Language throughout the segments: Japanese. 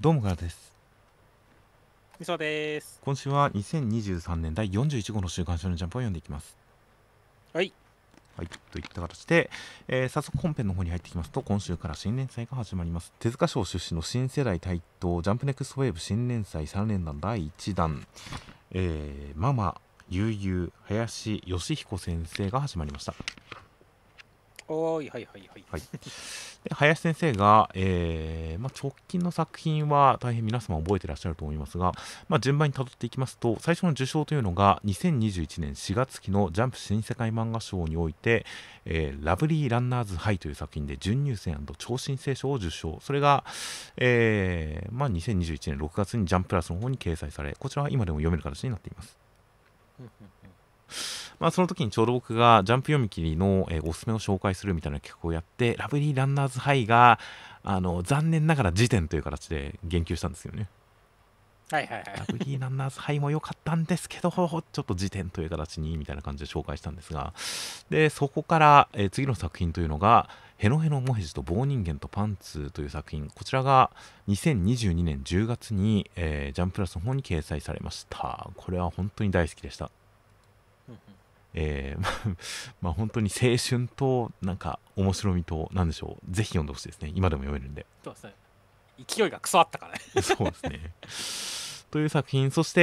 どうもからです。 みそです。 今週は2023年第41号の週刊少年ジャンプを読んでいきます。 はい。 はい、といった形で、早速本編の方に入ってきますと、今週から新連載が始まります。手塚賞出身の新世代台頭、ジャンプネクストウェーブ新連載3連弾第1弾、ママ、悠々、林義彦先生が始まりました。 おーい、はいはいはい。 はい、で林先生が、直近の作品は大変皆様覚えてらっしゃると思いますが、順番にたどっていきますと、最初の受賞というのが2021年4月期のジャンプ新世界漫画賞において、ラブリーランナーズハイという作品で準入選超新星賞を受賞。それが、2021年6月にジャンププラスの方に掲載され、こちらは今でも読める形になっています。その時にちょうど僕がジャンプ読み切りの、おすすめを紹介するみたいな企画をやって、ラブリーランナーズハイが残念ながら辞典という形で言及したんですよね。 はいはいはい。 ラブリーランナーズハイも良かったんですけど、ちょっと辞典という形にみたいな感じで紹介したんですが、でそこから、次の作品というのがヘノヘノモヘジと棒人間とパンツという作品、こちらが2022年10月に、ジャンププラスの方に掲載されました。これは本当に大好きでした。本当に青春となんか面白みとなんでしょう、ぜひ読んでほしいですね。今でも読めるんで。 そうですね。勢いがクソあったからね。 そうですね。という作品、そして、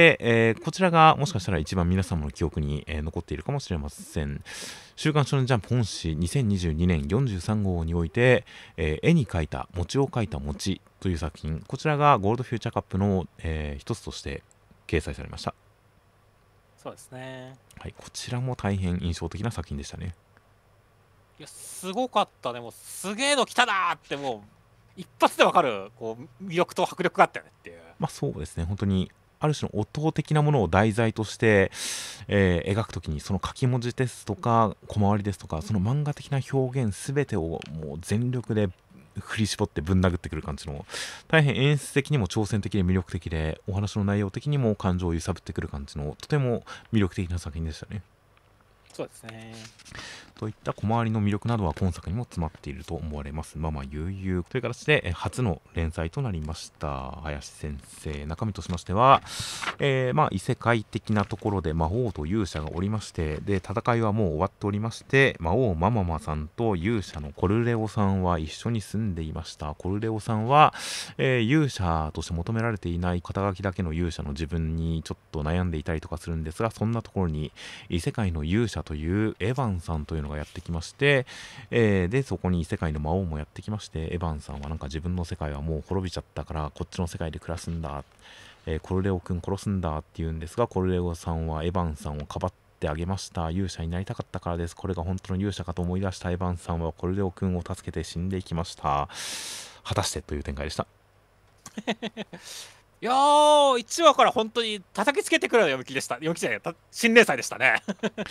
こちらがもしかしたら一番皆様の記憶に、残っているかもしれません。週刊少年ジャンプ本誌2022年43号において、絵に描いた餅を描いた餅という作品、こちらがゴールドフューチャーカップの、一つとして掲載されました。 そうですね。 はい、こちらも大変印象的な作品でしたね。 いや、すごかったね。もうすげえの来たなーってもう一発でわかるこう魅力と迫力があったよねっていう。 そうですね、本当にある種の音的なものを題材として、描くときにその書き文字ですとか小回りですとか、その漫画的な表現すべてをもう全力で振り絞ってぶん殴ってくる感じの、大変演出的にも挑戦的で魅力的で、お話の内容的にも感情を揺さぶってくる感じのとても魅力的な作品でしたね。 そうですね。 といった小回りの魅力などは今作にも詰まっていると思われます。悠々という形で初の連載となりました。林先生、中身としましては、異世界的なところで魔王と勇者がおりまして、で戦いはもう終わっておりまして、魔王マママさんと勇者のコルレオさんは一緒に住んでいました。コルレオさんは、勇者として求められていない肩書きだけの勇者の自分にちょっと悩んでいたりとかするんですが、そんなところに異世界の勇者というエヴァンさんというのがやってきまして、でそこに異世界の魔王もやってきまして、エヴァンさんはなんか自分の世界はもう滅びちゃったからこっちの世界で暮らすんだ、コルレオ君殺すんだって言うんですが、コルレオさんはエヴァンさんをかばってあげました。勇者になりたかったからです。これが本当の勇者かと思い出したエヴァンさんはコルレオ君を助けて死んでいきました。果たしてという展開でした。 いやー、1話から本当に叩きつけてくるような読み切りでした。読み切りじゃない、新連載でしたね。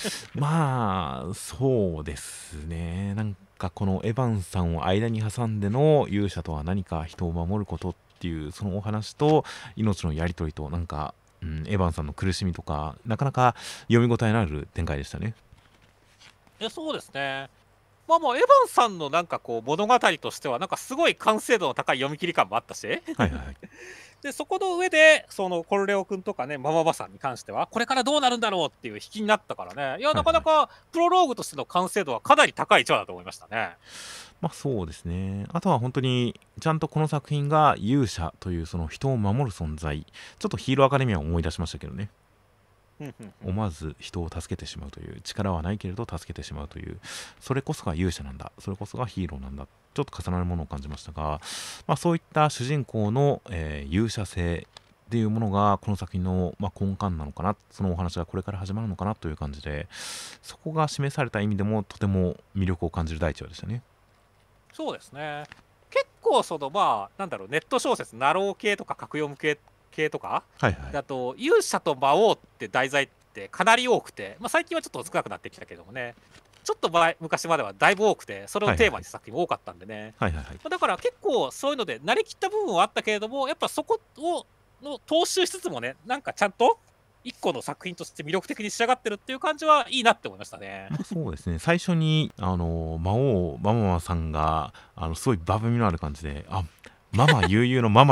そうですね。なんかこのエヴァンさんを間に挟んでの勇者とは何か人を守ることっていうそのお話と命のやり取りとなんか、エヴァンさんの苦しみとか、なかなか読み応えのある展開でしたね。 いや、そうですね。エヴァンさんのなんかこう物語としてはなんかすごい完成度の高い読み切り感もあったしはいはいはい。 で、そこの上で、そのコルレオ君とかね、ママバさんに関しては、これからどうなるんだろうっていう引きになったからね、いや、なかなはいはい。 かプロローグとしての完成度はかなり高い1話だと思いましたね。 そうですね。あとは本当にちゃんとこの作品が勇者というその人を守る存在、ちょっとヒーローアカデミアを思い出しましたけどね。思わず人を助けてしまうという、力はないけれど助けてしまうという、それこそが勇者なんだ、それこそがヒーローなんだ、ちょっと重なるものを感じましたが、そういった主人公の、勇者性っていうものがこの作品の、根幹なのかな、そのお話がこれから始まるのかなという感じで、そこが示された意味でもとても魅力を感じる第一話でしたね。 そうですね。結構そのなんだろう、ネット小説、ナロー系とか格読む系とかはいはい。 だと、勇者と魔王って題材ってかなり多くて、最近はちょっと少なくなってきたけどもね、ちょっと昔まではだいぶ多くて、それをテーマにした作品も多かったんでね。 はいはいはい。 だから結構そういうので慣れきった部分はあったけれども、やっぱそこを踏襲しつつもね、なんかちゃんと一個の作品として魅力的に仕上がってるっていう感じはいいなって思いましたね。 そうですね。最初に、魔王、ママさんが、すごいバブみのある感じで、ママ、悠々のママって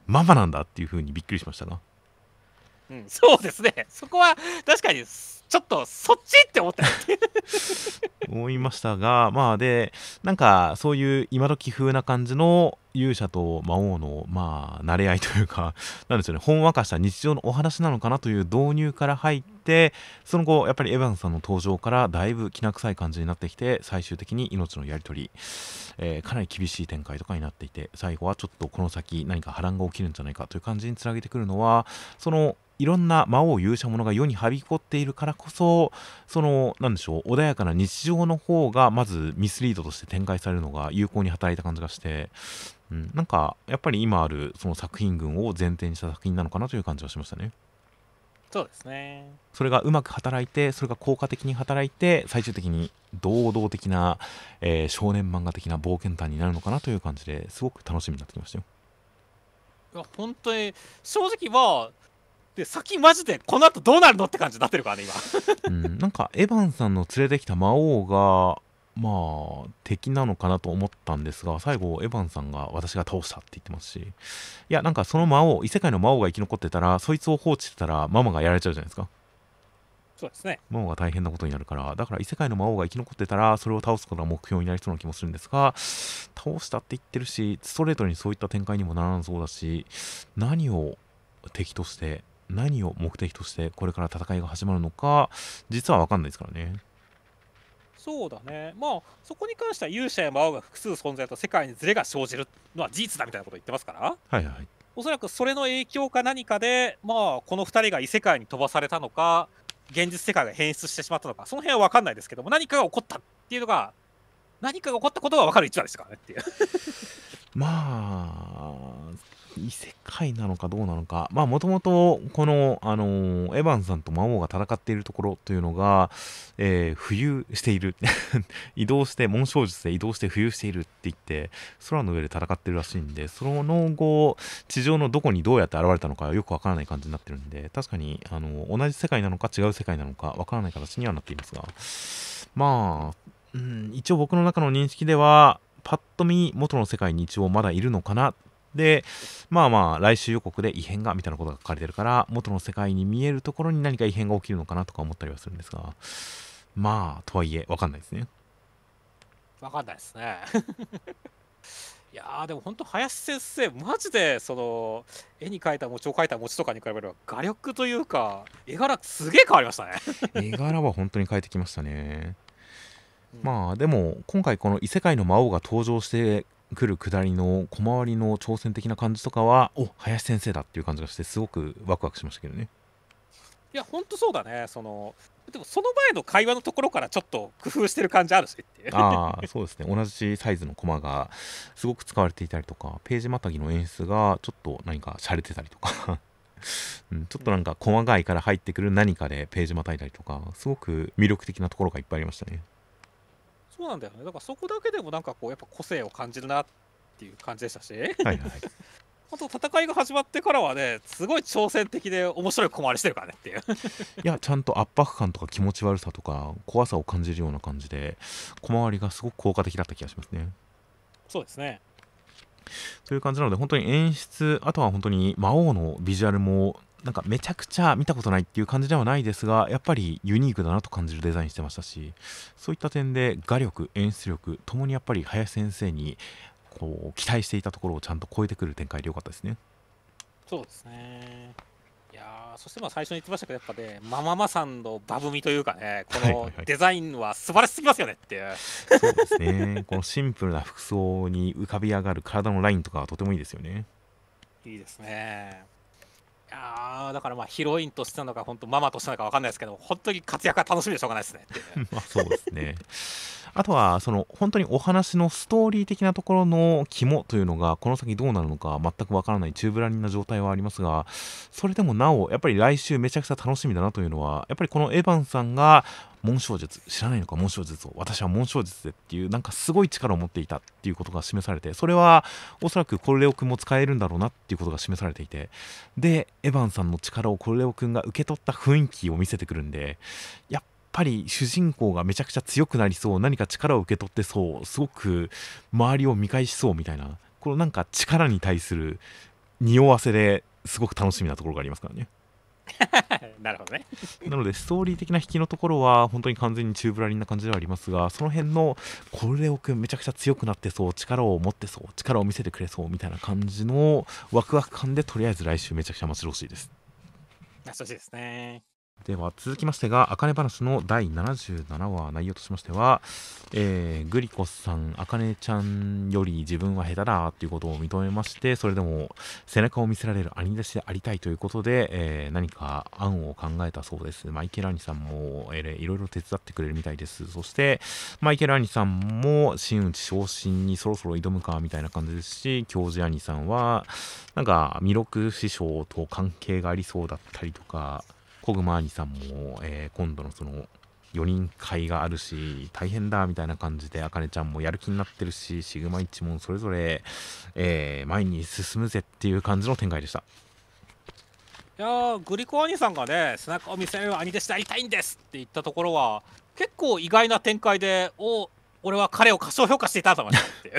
ママなんだっていう風にびっくりしましたな。 うん、そうですね。そこは確かにちょっとそっちって思ったよっていう。 思いましたが、まあで、なんかそういう今時風な感じの勇者と魔王のまあ慣れ合いというか、なんでしょうね、ほんわかした日常のお話なのかなという導入から入って、その後やっぱりエヴァンさんの登場からだいぶきな臭い感じになってきて、最終的に命のやり取り、かなり厳しい展開とかになっていて、最後はちょっとこの先何か波乱が起きるんじゃないかという感じにつなげてくるのは、そのいろんな魔王勇者ものが世にはびこっているからこそ、そのなんでしょう、穏やかな日常の方がまずミスリードとして展開されるのが有効に働いた感じがして、なんかやっぱり今あるその作品群を前提にした作品なのかなという感じはしましたね。 そうですね。 それがうまく働いて、それが効果的に働いて、最終的に堂々的な、少年漫画的な冒険譚になるのかなという感じですごく楽しみになってきましたよ。 いや本当に正直まあで先マジでこの後どうなるのって感じになってるからね今。 なんかエヴァンさんの連れてきた魔王がまあ敵なのかなと思ったんですが、最後エヴァンさんが私が倒したって言ってますし、いやなんかその魔王、異世界の魔王が生き残ってたら、そいつを放置してたらママがやられちゃうじゃないですか。 そうですね。 ママが大変なことになるから、だから異世界の魔王が生き残ってたらそれを倒すことが目標になりそうな気もするんですが、倒したって言ってるし、ストレートにそういった展開にもならなそうだし、何を敵として何を目的としてこれから戦いが始まるのか実は分かんないですからね。 そうだね。まあそこに関しては勇者や魔王が複数存在と世界にズレが生じるのは事実だみたいなことを言ってますから、 はいはい。 おそらくそれの影響か何かでまあこの2人が異世界に飛ばされたのか現実世界が変質してしまったのか、その辺は分かんないですけども、何かが起こったっていうのが何かが起こったことが分かる一話でしたからねっていう。 まあ異世界なのかどうなのか、まあもともとこの、エヴァンさんと魔王が戦っているところというのが、浮遊している移動して紋章術で移動して浮遊しているって言って空の上で戦ってるらしいんで、その後地上のどこにどうやって現れたのかよくわからない感じになってるんで、確かに同じ世界なのか違う世界なのかわからない形にはなっていますが、まあ、一応僕の中の認識ではパッと見元の世界に一応まだいるのかな。で、まあまあ来週予告で異変がみたいなことが書かれてるから、元の世界に見えるところに何か異変が起きるのかなとか思ったりはするんですが、まあとはいえ分かんないですね。 分かんないですね。いやーでも本当林先生マジでその絵に描いた餅を描いた餅とかに比べれば画力というか絵柄すげえ変わりましたね。 絵柄は本当に変えてきましたね。 うんまあでも今回この異世界の魔王が登場してくる下りの小回りの挑戦的な感じとかは、お、林先生だっていう感じがしてすごくワクワクしましたけどね。 いや本当そうだね。でもその前の会話のところからちょっと工夫してる感じあるしっていう。 ああ、そうですね。同じサイズのコマがすごく使われていたりとか、ページまたぎの演出がちょっと何か洒落てたりとか、ちょっとなんか細かいから入ってくる何かでページまたいだりとか、すごく魅力的なところがいっぱいありましたね。 そうなんだよね。だからそこだけでもなんかこうやっぱ個性を感じるなっていう感じでしたし、 はいはい。 あと戦いが始まってからはね、すごい挑戦的で面白い小回りしてるからねっていう。 いや、ちゃんと圧迫感とか気持ち悪さとか怖さを感じるような感じで、小回りがすごく効果的だった気がしますね。 そうですね。 という感じなので、本当に演出、あとは本当に魔王のビジュアルも、なんかめちゃくちゃ見たことないっていう感じではないですが、やっぱりユニークだなと感じるデザインしてましたし、そういった点で画力、演出力ともにやっぱり林先生にこう期待していたところをちゃんと超えてくる展開で良かったですね。 そうですね。いやーそしてまあ最初に言ってましたけど、やっぱね、ママさんのバブみというかね、このはいはいはい。 デザインは素晴らしすぎますよねっていう。 そうですね。このシンプルな服装に浮かび上がる体のラインとかはとてもいいですよね。 いいですね。いやーだからまあヒロインとしてなのか、本当ママとしてなのか分かんないですけど、本当に活躍が楽しみでしょうがないですねっていう。 まあそうですね。あとはその本当にお話のストーリー的なところの肝というのがこの先どうなるのか全くわからない宙ぶらりんな状態はありますが、それでもなおやっぱり来週めちゃくちゃ楽しみだなというのは、やっぱりこのエヴァンさんが紋章術知らないのか、紋章術を私は紋章術でっていうなんかすごい力を持っていたっていうことが示されて、それはおそらくコルレオ君も使えるんだろうなっていうことが示されていて、でエヴァンさんの力をコルレオ君が受け取った雰囲気を見せてくるんで、やっぱり主人公がめちゃくちゃ強くなりそう、何か力を受け取ってそう、すごく周りを見返しそうみたいな、このなんか力に対する匂わせですごく楽しみなところがありますからね。 なるほどね。 なのでストーリー的な引きのところは本当に完全に宙ぶらりんな感じではありますが、その辺のこれをくんめちゃくちゃ強くなってそう、力を持ってそう、力を見せてくれそうみたいな感じのワクワク感で、とりあえず来週めちゃくちゃ待ち遠しいです。 そうですね。 では続きましてが、あかね話の第77話、内容としましては、グリコさん、あかねちゃんより自分は下手だということを認めまして、それでも背中を見せられる兄弟子でありたいということで、何か案を考えたそうです。マイケル兄さんも、いろいろ手伝ってくれるみたいです。そしてマイケル兄さんも真打ち昇進にそろそろ挑むかみたいな感じですし、教授兄さんはなんか弥勒師匠と関係がありそうだったりとか、コグマ兄さんも、今度のその4人会があるし大変だみたいな感じで、あかねちゃんもやる気になってるし、シグマ一門それぞれ、前に進むぜっていう感じの展開でした。 いやー、グリコ兄さんがね、背中を見せる兄弟子でありたいんですって言ったところは、結構意外な展開で、俺は彼を過小評価していたと思いましたっていう。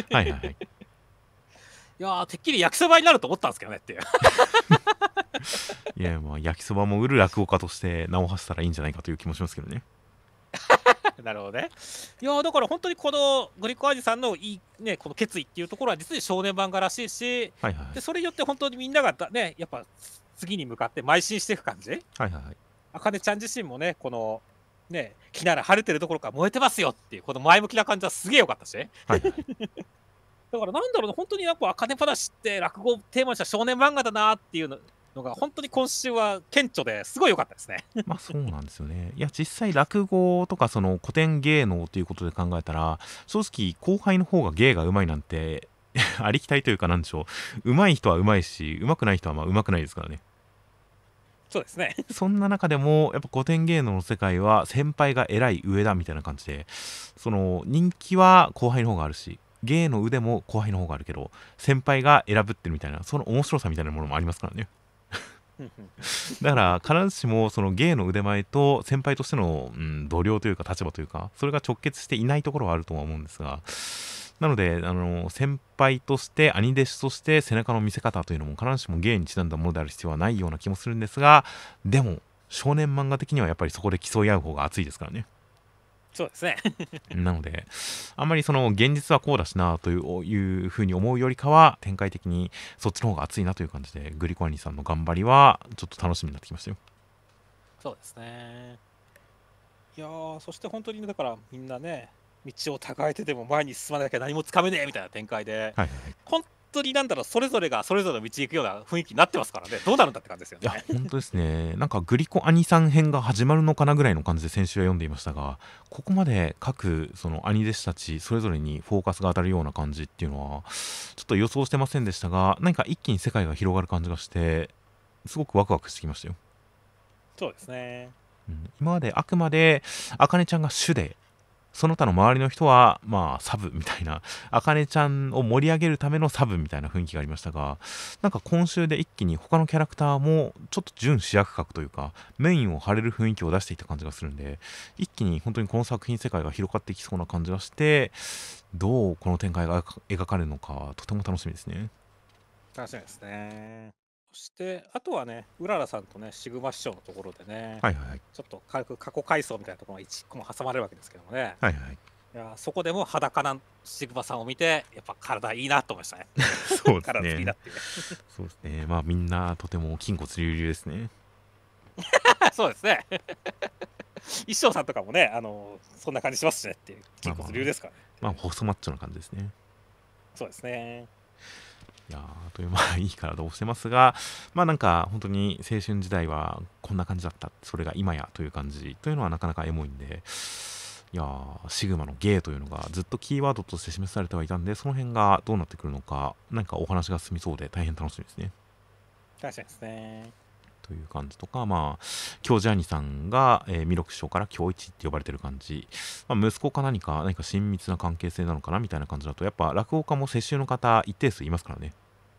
はいはいはい。 いやー、てっきり焼きそばになると思ったんですけどねっていう。 いや、まあ焼きそばも売る落語家として名を馳せたらいいんじゃないかという気もしますけどね。 なるほどね。いやー、だから本当にこのグリコ兄さんのいい、ね、この決意っていうところは実に少年漫画らしいし、 はいはいはい。 でそれによって本当にみんながね、やっぱ次に向かって邁進していく感じ。 はいはいはい。 あかねちゃん自身もね、このね、木なら晴れてるどころか燃えてますよっていうこの前向きな感じはすげえ良かったし。 はいはい。 だからなんだろうな、本当になんかあかね話って落語をテーマにした少年漫画だなっていうのが本当に今週は顕著ですごい良かったですね。 まあそうなんですよね。いや実際落語とかその古典芸能ということで考えたら、正直後輩の方が芸が上手いなんてありきたりというか、なんでしょう、上手い人は上手いし上手くない人はまあ上手くないですからね。 そうですね。 そんな中でもやっぱ古典芸能の世界は先輩が偉い上だみたいな感じで、その人気は後輩の方があるし、芸の腕も後輩の方があるけど先輩が選ぶってるみたいな、その面白さみたいなものもありますからね。だから必ずしもその芸の腕前と先輩としての、度量というか立場というか、それが直結していないところはあるとは思うんですが、なので先輩として兄弟子として背中の見せ方というのも必ずしも芸にちなんだものである必要はないような気もするんですが、でも少年漫画的にはやっぱりそこで競い合う方が熱いですからね。 そうですね。 なのであんまりその現実はこうだしなというふうに思うよりかは、展開的にそっちの方が熱いなという感じで、グリコアニさんの頑張りはちょっと楽しみになってきましたよ。 そうですね。いやー、そして本当にね、だからみんなね、道を耕えてでも前に進まなきゃ何もつかめねえみたいな展開で、 はいはいはい。 本当になんだろう、それぞれがそれぞれの道行くような雰囲気になってますからね、どうなるんだって感じですよいやね。 本当ですね。なんかグリコ兄さん編が始まるのかなぐらいの感じで先週は読んでいましたが、ここまで各その兄弟子たちそれぞれにフォーカスが当たるような感じっていうのはちょっと予想してませんでしたが、何か一気に世界が広がる感じがしてすごくワクワクしてきましたよ。 そうですね。 今まであくまであかねちゃんが主で、その他の周りの人はまあサブみたいな、あかねちゃんを盛り上げるためのサブみたいな雰囲気がありましたが、なんか今週で一気に他のキャラクターもちょっと準主役格というかメインを張れる雰囲気を出していった感じがするんで、一気に本当にこの作品世界が広がっていきそうな感じがして、どうこの展開が描かれるのかとても楽しみですね。 楽しみですね。そして、あとはね、うららさんとね、シグマ師匠のところでね、 はいはいはい。 ちょっと軽く過去回想みたいなところが1個も挟まれるわけですけどもね、 はいはい。 いやそこでも裸なシグマさんを見て、やっぱ体いいなと思いましたね。 そうです体つきだね。 っていう。 そうですね。まあみんなとても筋骨隆々ですね。 そうですね。一生さんとかもね、そんな感じしますしねっていう、筋まあまあ、 骨流ですからね。 まあ細マッチョな感じですね。 そうですね。 いやーというまあいい体をしてますが、まあなんか本当に青春時代はこんな感じだった、それが今やという感じというのはなかなかエモいんで、いやーシグマのゲイというのがずっとキーワードとして示されてはいたんで、その辺がどうなってくるのか、なんかお話が進みそうで大変楽しみですね。 確かにですね。 という感じとか、まあ教授兄さんが、弥勒師匠から教一って呼ばれてる感じ、まあ、息子か何か親密な関係性なのかなみたいな感じだと、やっぱ落語家も世襲の方一定数いますからね。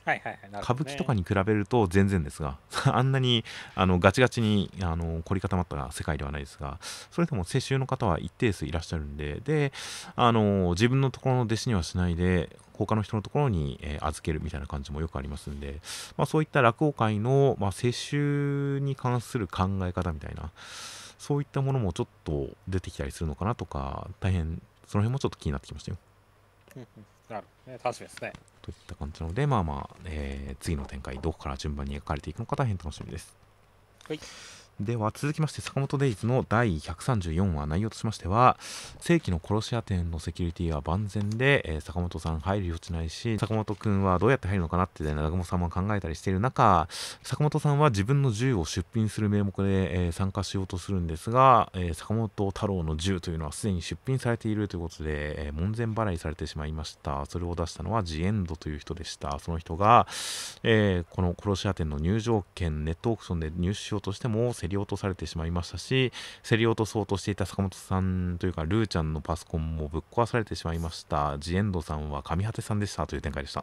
はいはいはい、なる歌ほどね。 舞伎とかに比べると全然ですがあんなにガチガチに凝り固まった世界ではないですが、それでも世襲の方は一定数いらっしゃるんで、自分のところの弟子にはしないで他の人のところに、預けるみたいな感じもよくありますんで、そういった落語界の、世襲に関する考え方みたいな、そういったものもちょっと出てきたりするのかなとか、大変その辺もちょっと気になってきましたよ。 うんうん、なるほどね、楽しみですね。 といった感じなので、次の展開どこから順番に描かれていくのか大変楽しみです。 はい。 では続きまして坂本デイズの第134話、内容としましては、正規の殺し屋店のセキュリティは万全で、坂本さん入る余地ないし、坂本くんはどうやって入るのかなって南雲さんも考えたりしている中、坂本さんは自分の銃を出品する名目で、参加しようとするんですが、坂本太郎の銃というのはすでに出品されているということで、門前払いされてしまいました。それを出したのはジエンドという人でした。その人が、この殺し屋店の入場券ネットオークションで入手しようとしても競り落とされてしまいましたし、競り落とそうとしていた坂本さんというかルーちゃんのパソコンもぶっ壊されてしまいました。ジエンドさんは上果てさんでしたという展開でした。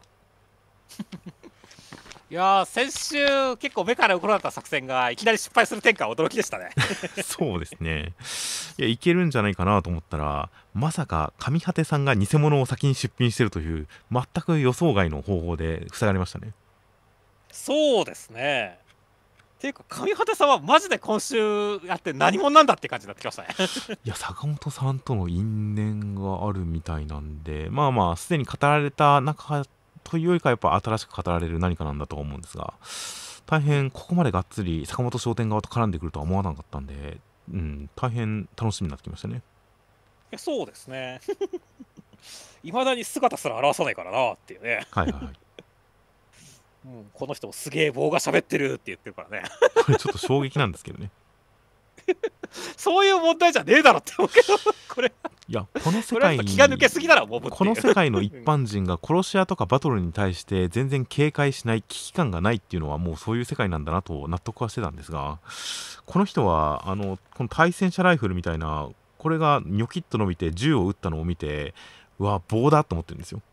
いやー、先週結構目から鱗だった作戦がいきなり失敗する展開は驚きでしたね。 そうですね。いけるんじゃないかなと思ったら、まさか上果てさんが偽物を先に出品しているという全く予想外の方法で塞がれましたね。 そうですね。っていうか上果てさんはマジで今週やって何者なんだって感じになってきましたね。 いや、坂本さんとの因縁があるみたいなんで、すでに語られた中というよりかやっぱ新しく語られる何かなんだと思うんですが、大変ここまでがっつり坂本商店側と絡んでくるとは思わなかったんで、大変楽しみになってきましたね。いや、そうですね。いまだに姿すら現さないからなっていうね。 はいはいはい。 この人もすげえ棒が喋ってるって言ってるからね。 これちょっと衝撃なんですけどね。 そういう問題じゃねえだろって思うけど、これいや、この世これは界に気が抜けすぎだろ、モブっていう。 この世界の一般人が殺し屋とかバトルに対して全然警戒しない危機感がないっていうのはもうそういう世界なんだなと納得はしてたんですが、この人はこの対戦車ライフルみたいなこれがニョキッと伸びて銃を撃ったのを見て、うわ棒だと思ってるんですよ。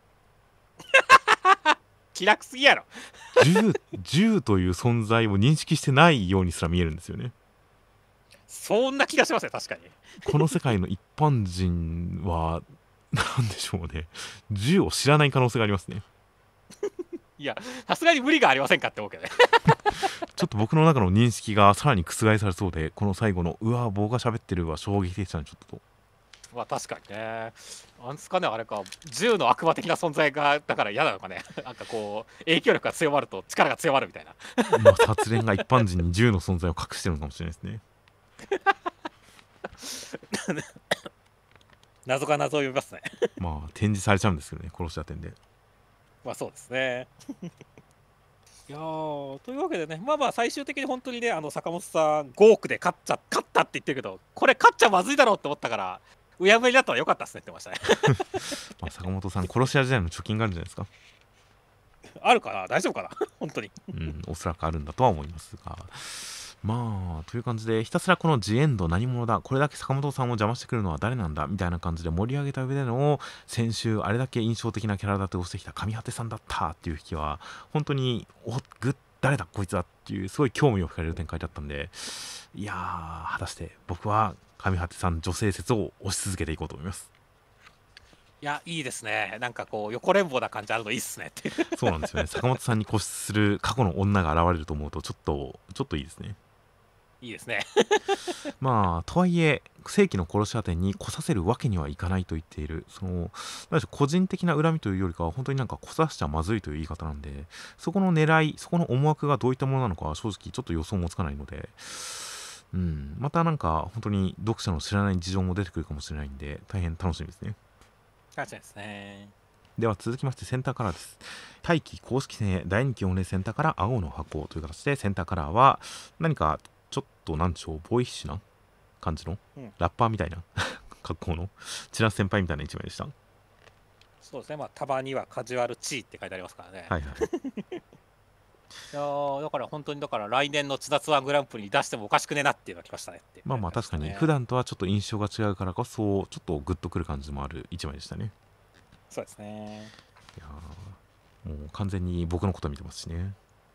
気楽すぎやろ。 銃という存在を認識してないようにすら見えるんですよね。 そんな気がしますね、確かに。 この世界の一般人はなんでしょうね、銃を知らない可能性がありますね。 いや、さすがに無理がありませんかって思うけどね。 ちょっと僕の中の認識がさらに覆されそうで、この最後のうわ棒が喋ってるは衝撃でしたね。ちょっとまあ確かにね。なんですかね、あれか、銃の悪魔的な存在がだから嫌なのかね。なんかこう、影響力が強まると力が強まるみたいな。 殺練が一般人に銃の存在を隠してるのかもしれないですね。 謎が謎を呼びますね。 展示されちゃうんですけどね、殺し屋店で。 まあそうですね。いやー、というわけでね、最終的に本当にね、坂本さん、5億で勝ったって言ってるけど、これ勝っちゃまずいだろうって思ったから、うやむやになったらよかったっすねって言ってましたね。 坂本さん、殺し屋時代の貯金があるんじゃないですか。 あるかな、大丈夫かな、本当に。 おそらくあるんだとは思いますが。という感じで、ひたすらこのジエンド何者だ、これだけ坂本さんを邪魔してくるのは誰なんだみたいな感じで盛り上げた上での、先週あれだけ印象的なキャラ立てをしてきた上果てさんだったっていう引きは、本当に誰だこいつだっていうすごい興味を惹かれる展開だったんで、いやー、果たして僕は上果てさん女性説を推し続けていこうと思います。 いや、いいですね。なんかこう、横連棒な感じあるのいいっすねっていう。 そうなんですよね。坂本さんに固執する過去の女が現れると思うとちょっといいですね。 いいですね。 とはいえ正規の殺し屋店に来させるわけにはいかないと言っている、なんでしょう、個人的な恨みというよりかは本当になんか来させちゃまずいという言い方なんで、そこの狙い、そこの思惑がどういったものなのかは正直ちょっと予想もつかないので、またなんか本当に読者の知らない事情も出てくるかもしれないんで、大変楽しみですね。 確かにですね。 では続きましてセンターカラーです。大気公式戦へ第2期オンレセンターから青の箱という形で、センターカラーは何かちょっとなんでしょう、ボーイッシュな感じの、ラッパーみたいな格好の千奈先輩みたいな一枚でした。 そうですね、たまにはカジュアルチーって書いてありますからね。 はいはい。 いやだから本当に来年の千夏ワングランプリに出してもおかしくねえなっていうのが来ましたねって、 確かに普段とはちょっと印象が違うからこそちょっとグッとくる感じもある一枚でしたね。 そうですね。 いやもう完全に僕のこと見てますしね。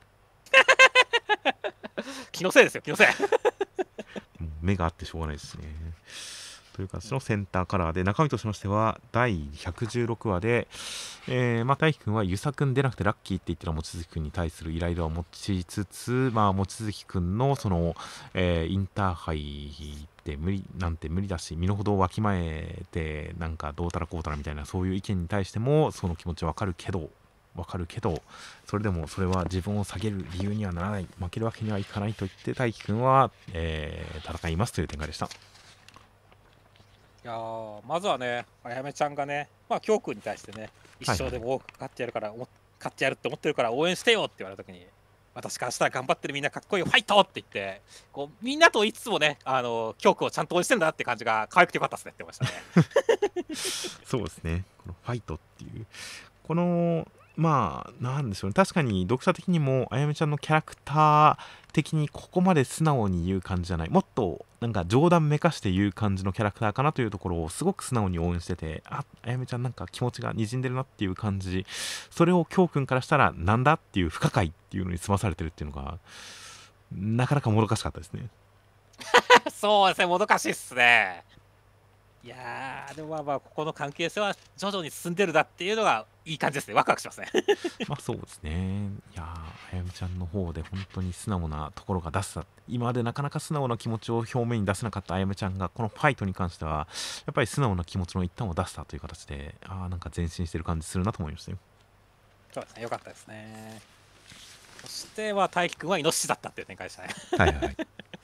気のせいですよ、気のせい。 もう目があってしょうがないですしね。という形のセンターカラーで、中身としましては第116話で、大輝くんは遊佐くん出なくてラッキーって言ってた望月くんに対するイライラを持ちつつ、望月くんのその、インターハイって無理だし、身の程をわきまえてなんかどうたらこうたらみたいなそういう意見に対してもその気持ちわかるけど、それでもそれは自分を下げる理由にはならない、負けるわけにはいかないと言って大輝くんは、戦いますという展開でした。 いやまずはね、あやめちゃんがね、京君に対してね、一勝でも多く勝ってやるから、勝ってやるって思ってるから応援してよって言われたときに、私からしたら頑張ってるみんなかっこいいよ、ファイトって言って、こうみんなと言いつつもね、京君をちゃんと応援してんだなって感じが可愛くてよかったですねって言ってましたね。 そうですね、このファイトっていう、このなんでしょうね、確かに読者的にもあやめちゃんのキャラクター的にここまで素直に言う感じじゃない、もっとなんか冗談めかして言う感じのキャラクターかなというところをすごく素直に応援してて、あやめちゃんなんか気持ちがにじんでるなっていう感じ、それを京くんからしたらなんだっていう不可解っていうのに済まされてるっていうのがなかなかもどかしかったですね。 そうですね、もどかしいっすね。いやー、でもここの関係性は徐々に進んでるなっていうのがいい感じですね。ワクワクしますね。 そうですね。いやあやめちゃんの方で本当に素直なところが出せた。今までなかなか素直な気持ちを表面に出せなかったあやめちゃんが、このファイトに関しては、やっぱり素直な気持ちの一端を出したという形で、なんか前進してる感じするなと思いましたよ。 そうですね、よかったですね。そして大輝くんはイノシシだったっていう展開でしたね。 はいはい。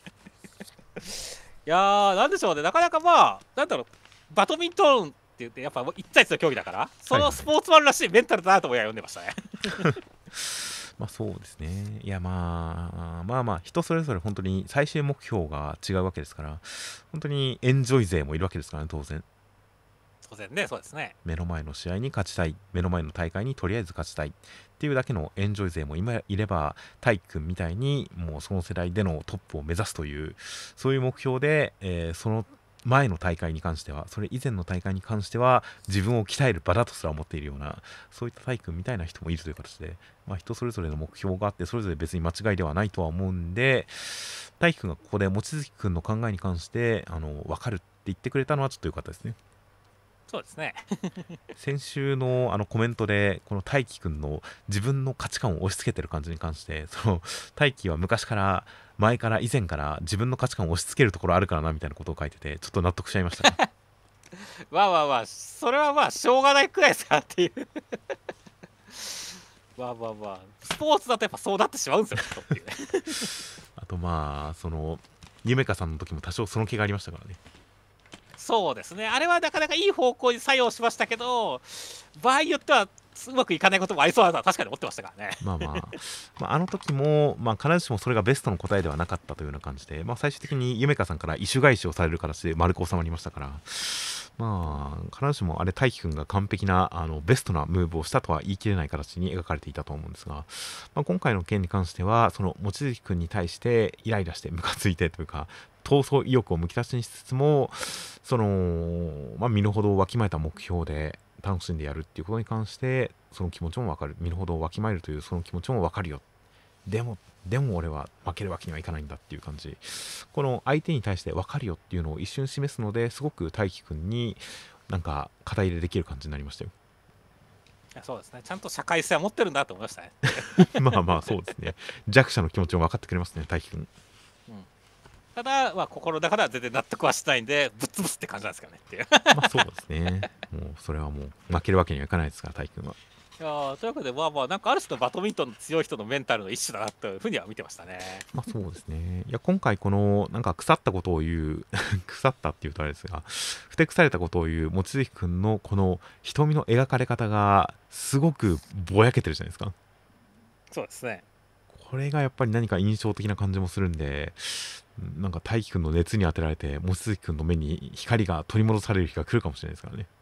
いやー、なんでしょうね、なかなかなんだろう、バドミントンって言って、やっぱ1対1の競技だから、そのスポーツマンらしいメンタルだなと思い読んでましたね。 そうですね。いや人それぞれ本当に最終目標が違うわけですから、本当にエンジョイ勢もいるわけですからね、当然。 当然ね、そうですね。 目の前の試合に勝ちたい、目の前の大会にとりあえず勝ちたいっていうだけのエンジョイ勢も今いれば、大輝くんみたいにもうその世代でのトップを目指すというそういう目標で、その前の大会に関しては、それ以前の大会に関しては自分を鍛える場だとすら思っているような、そういった大輝くんみたいな人もいるという形で、人それぞれの目標があって、それぞれ別に間違いではないとは思うんで、大輝くんがここで望月くんの考えに関して分かるって言ってくれたのはちょっと良かったですね。 そうですね。 先週のコメントで、この大輝くんの自分の価値観を押し付けてる感じに関して、その大輝は昔から以前から自分の価値観を押し付けるところあるからなみたいなことを書いてて、ちょっと納得しちゃいましたね。 それはしょうがないくらいですかっていう。スポーツだとやっぱそうなってしまうんですよ、っていうね。 あとその夢香さんの時も多少その気がありましたからね。 そうですね、あれはなかなかいい方向に作用しましたけど、場合によってはうまくいかないこともありそうだとは確かに思ってましたからね。 あの時も、必ずしもそれがベストの答えではなかったというような感じで、最終的に夢香さんから異種返しをされる形で丸く収まりましたから、必ずしもあれ大輝くんが完璧なベストなムーブをしたとは言い切れない形に描かれていたと思うんですが、今回の件に関してはその望月くんに対してイライラしてムカついてというか、闘争意欲をむき出しにしつつも、その身の程をわきまえた目標で楽しんでやるっていうことに関して、その気持ちもわかる、身の程をわきまえるというその気持ちもわかるよ、でも俺は負けるわけにはいかないんだっていう感じ、この相手に対して分かるよっていうのを一瞬示すので、すごく大輝くんになんか肩入れできる感じになりましたよ。 いやそうですね、ちゃんと社会性は持ってるんだと思いましたね。 そうですね、弱者の気持ちも分かってくれますね、大輝くん。 ただ、心の中では全然納得はしないんで、ぶっ潰すって感じなんですかねっていう。 そうですね、もうそれはもう負けるわけにはいかないですから、大輝くんは。 いやというわけで、なんかある種のバドミントンの強い人のメンタルの一種だなというふうには見てましたね。 そうですね。いや、今回このなんか腐ったことを言う腐ったっていうとあれですが、ふてくされたことを言う望月くんのこの瞳の描かれ方がすごくぼやけてるじゃないですか。 そうですね。 これがやっぱり何か印象的な感じもするんで、なんか大輝くんの熱に当てられて望月くんの目に光が取り戻される日が来るかもしれないですからね。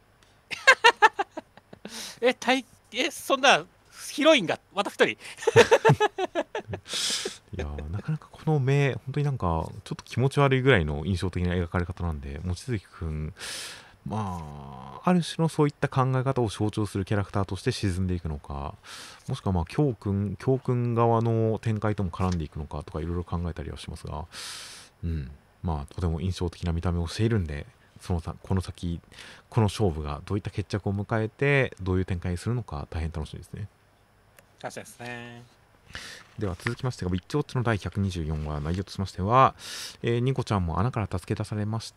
そんなヒロインがまた一人。 いやなかなかこの目、本当になんかちょっと気持ち悪いぐらいの印象的な描かれ方なんで、望月くんまあ、ある種のそういった考え方を象徴するキャラクターとして沈んでいくのか、もしくはまあ教訓側の展開とも絡んでいくのかとかいろいろ考えたりはしますが、うん、まあとても印象的な見た目をしているんで、この先この勝負がどういった決着を迎えてどういう展開にするのか大変楽しみですね。 確かにですね。 では続きましてが、ウィッチウォッチの第124話、内容としましては、ニコちゃんも穴から助け出されまして、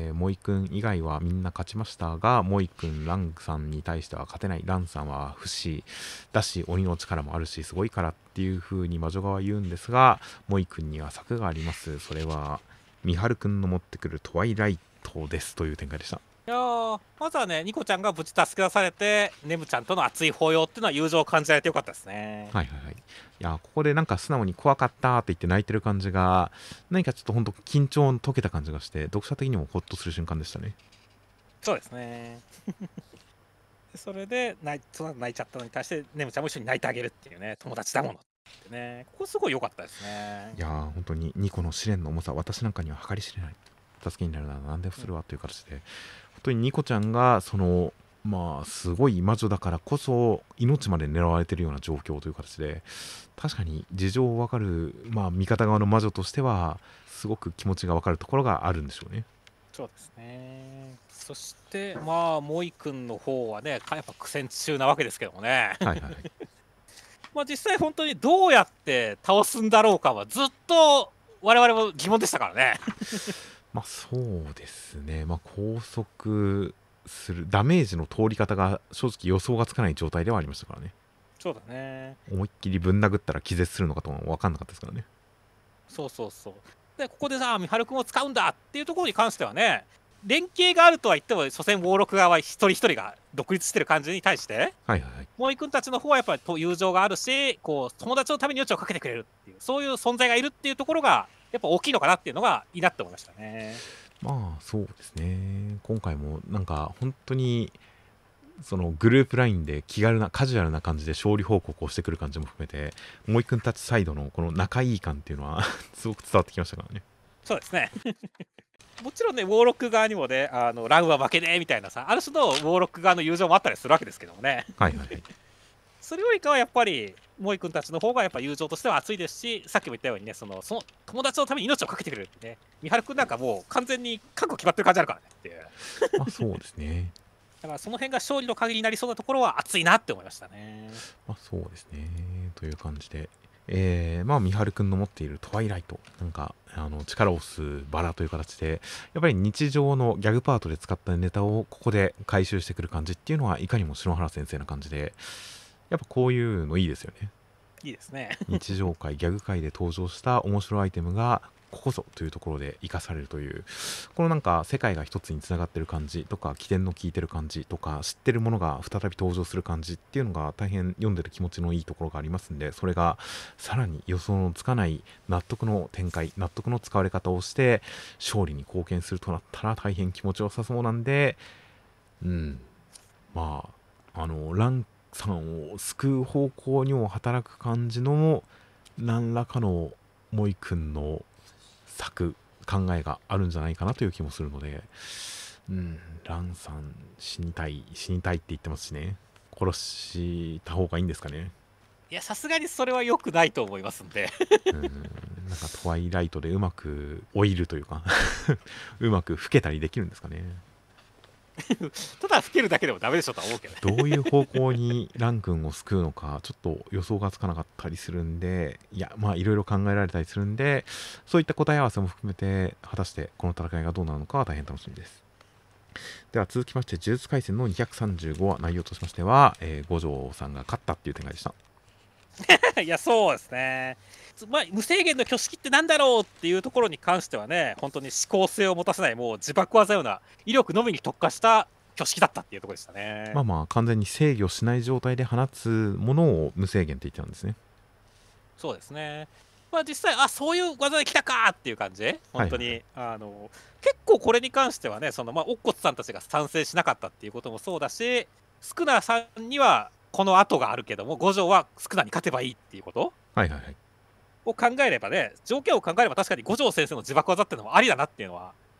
モイ君以外はみんな勝ちましたが、モイ君、ランさんに対しては勝てない。ランさんは不死だし、鬼の力もあるし、すごいからっていう風に魔女側は言うんですが、モイ君には策があります。それは、ミハル君の持ってくるトワイライトですという展開でした。 いやー、まずはね、ニコちゃんが無事助け出されて、ネムちゃんとの熱い抱擁っていうのは友情を感じられてよかったですね。 はいはいはい。いや、ここでなんか素直に怖かったって言って泣いてる感じが、何かちょっとほんと緊張の解けた感じがして、読者的にもホッとする瞬間でしたね。 そうですね。それでその後泣いちゃったのに対して、ネムちゃんも一緒に泣いてあげるっていうね、友達だものってね、ここすごい良かったですね。 いやー、本当にニコの試練の重さ、私なんかには計り知れない。助けになるなら何でもするわという形で、本当にニコちゃんが、まあ、すごい魔女だからこそ、命まで狙われているような状況という形で、確かに事情わかる、まあ、味方側の魔女としては、すごく気持ちがわかるところがあるんでしょうね。 そうですね。そして、まあ、モイ君の方はね、やっぱ苦戦中なわけですけどもね。 はいはいはい。 まあ実際本当にどうやって倒すんだろうかはずっと我々も疑問でしたからね。 まあそうですね、まあ拘束する、ダメージの通り方が正直予想がつかない状態ではありましたからね。 そうだね。 思いっきりぶん殴ったら気絶するのかとも分かんなかったですからね。 そうそうそう。で、ここでさ、ミハル君を使うんだっていうところに関してはね、連携があるとは言っても、所詮ウォーロック側は一人一人が独立してる感じに対して、 はいはいはい。 モイ君たちの方はやっぱり友情があるし、こう友達のために命をかけてくれるっていう、そういう存在がいるっていうところが、やっぱ大きいのかなっていうのがいいなって思いましたね。 まあそうですね。今回もなんか本当にそのグループラインで気軽なカジュアルな感じで勝利報告をしてくる感じも含めて、もう一君たちサイドのこの仲いい感っていうのはすごく伝わってきましたからね。 そうですね。もちろんね、ウォーロック側にもね、ランは負けねえみたいなさ、ある種のウォーロック側の友情もあったりするわけですけどもね。 はいはいはい。 それよりかはやっぱり、モイ君たちの方がやっぱ友情としては熱いですし、さっきも言ったようにね、その友達のために命をかけてくれるってね、ミハル君なんかもう完全に覚悟決まってる感じあるからねっていう。 まあそうですね。 だからその辺が勝利の鍵になりそうなところは熱いなって思いましたね。 まあそうですね。という感じで。まあ、みはるくんの持っているトワイライト、なんか、力を押すバラという形で、やっぱり日常のギャグパートで使ったネタをここで回収してくる感じっていうのは、いかにも篠原先生な感じで、やっぱこういうのいいですよね。 いいですね。 日常界、ギャグ界で登場した面白いアイテムが、ここぞというところで生かされるという、このなんか世界が一つにつながってる感じとか、起点の効いてる感じとか、知ってるものが再び登場する感じっていうのが大変読んでる気持ちのいいところがありますんで、それがさらに予想のつかない納得の展開、納得の使われ方をして、勝利に貢献するとなったら大変気持ちよさそうなんで、うん、まあ、ランさんを救う方向にも働く感じの何らかのモイ君の考えがあるんじゃないかなという気もするので、ランさん死にたいって言ってますしね、殺した方がいいんですかね。 いや、さすがにそれは良くないと思いますんで。 なんかトワイライトでうまくオイルというかうまく老けたりできるんですかね。 ただ老けるだけでもダメでしょとは思うけどね。 どういう方向にラン君を救うのか、ちょっと予想がつかなかったりするんで、いや、まあ、いろいろ考えられたりするんで、そういった答え合わせも含めて、果たしてこの戦いがどうなるのかは大変楽しみです。では続きまして、呪術廻戦の235話、内容としましては、五条さんが勝ったっていう展開でした。 いや、そうですね。まあ、無制限の挙式ってなんだろうっていうところに関してはね、本当に思考性を持たせない、もう自爆技ような威力のみに特化した挙式だったっていうところでしたね。 まあまあ、完全に制御しない状態で放つものを無制限って言ってたんですね。 そうですね。まあ、実際、そういう技で来たかっていう感じ、本当に、 はい結構これに関してはね、そのまあ、乙骨さんたちが賛成しなかったっていうこともそうだし、スクナさんにはこの後があるけども、五条はスクナに勝てばいいっていうことはいはいはい。 を考えればね、条件を考えれば確かに五条先生の自爆技っていうのもありだなっていうのは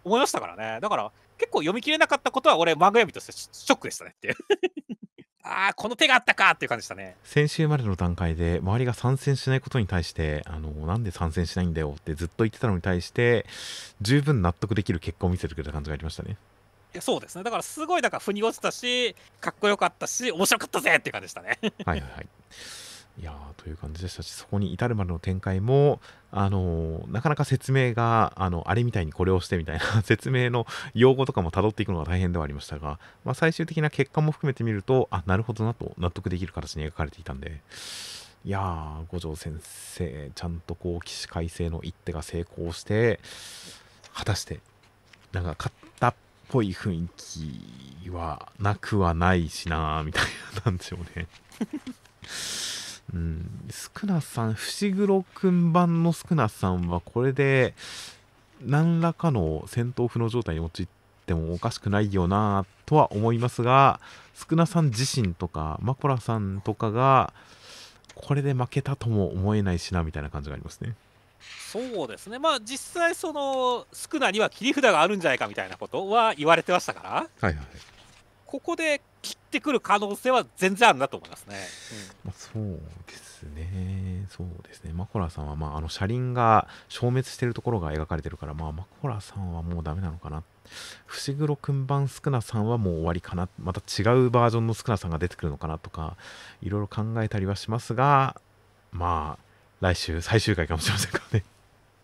思いましたからね。だから結構読み切れなかったことは俺漫画読みとしてショックでしたねっていう。ああ、この手があったかっていう感じでしたね。 先週までの段階で周りが参戦しないことに対してなんで参戦しないんだよってずっと言ってたのに対して十分納得できる結果を見せてくれた感じがありましたね。 いやそうですね。だからすごい腑に落ちたし、かっこよかったし、面白かったぜっていう感じでしたね。 はいはいはい。いやーという感じでしたし、そこに至るまでの展開もなかなか説明があれみたいにこれをしてみたいな説明の用語とかも辿っていくのが大変ではありましたが、まあ、最終的な結果も含めてみるとなるほどなと納得できる形に描かれていたんで、いやー五条先生ちゃんとこう起死回生の一手が成功して果たしてなんか勝ったっぽい雰囲気はなくはないしなーみたいななんでしょうね。うん、スクナさん、伏黒くん版のスクナさんはこれで何らかの戦闘不能状態に陥ってもおかしくないよなとは思いますが、スクナさん自身とかマコラさんとかがこれで負けたとも思えないしなみたいな感じがありますね。 そうですね。まあ実際そのスクナには切り札があるんじゃないかみたいなことは言われてましたから、 はいはい。 ここで切ってくる可能性は全然あるなと思いますね。 まあ、そうですね、そうですね、マコラさんは、車輪が消滅しているところが描かれてるから、マコラさんはもうダメなのかな、伏黒くん版スクナさんはもう終わりかな、また違うバージョンのスクナさんが出てくるのかなとか、いろいろ考えたりはしますが、来週最終回かもしれませんからね。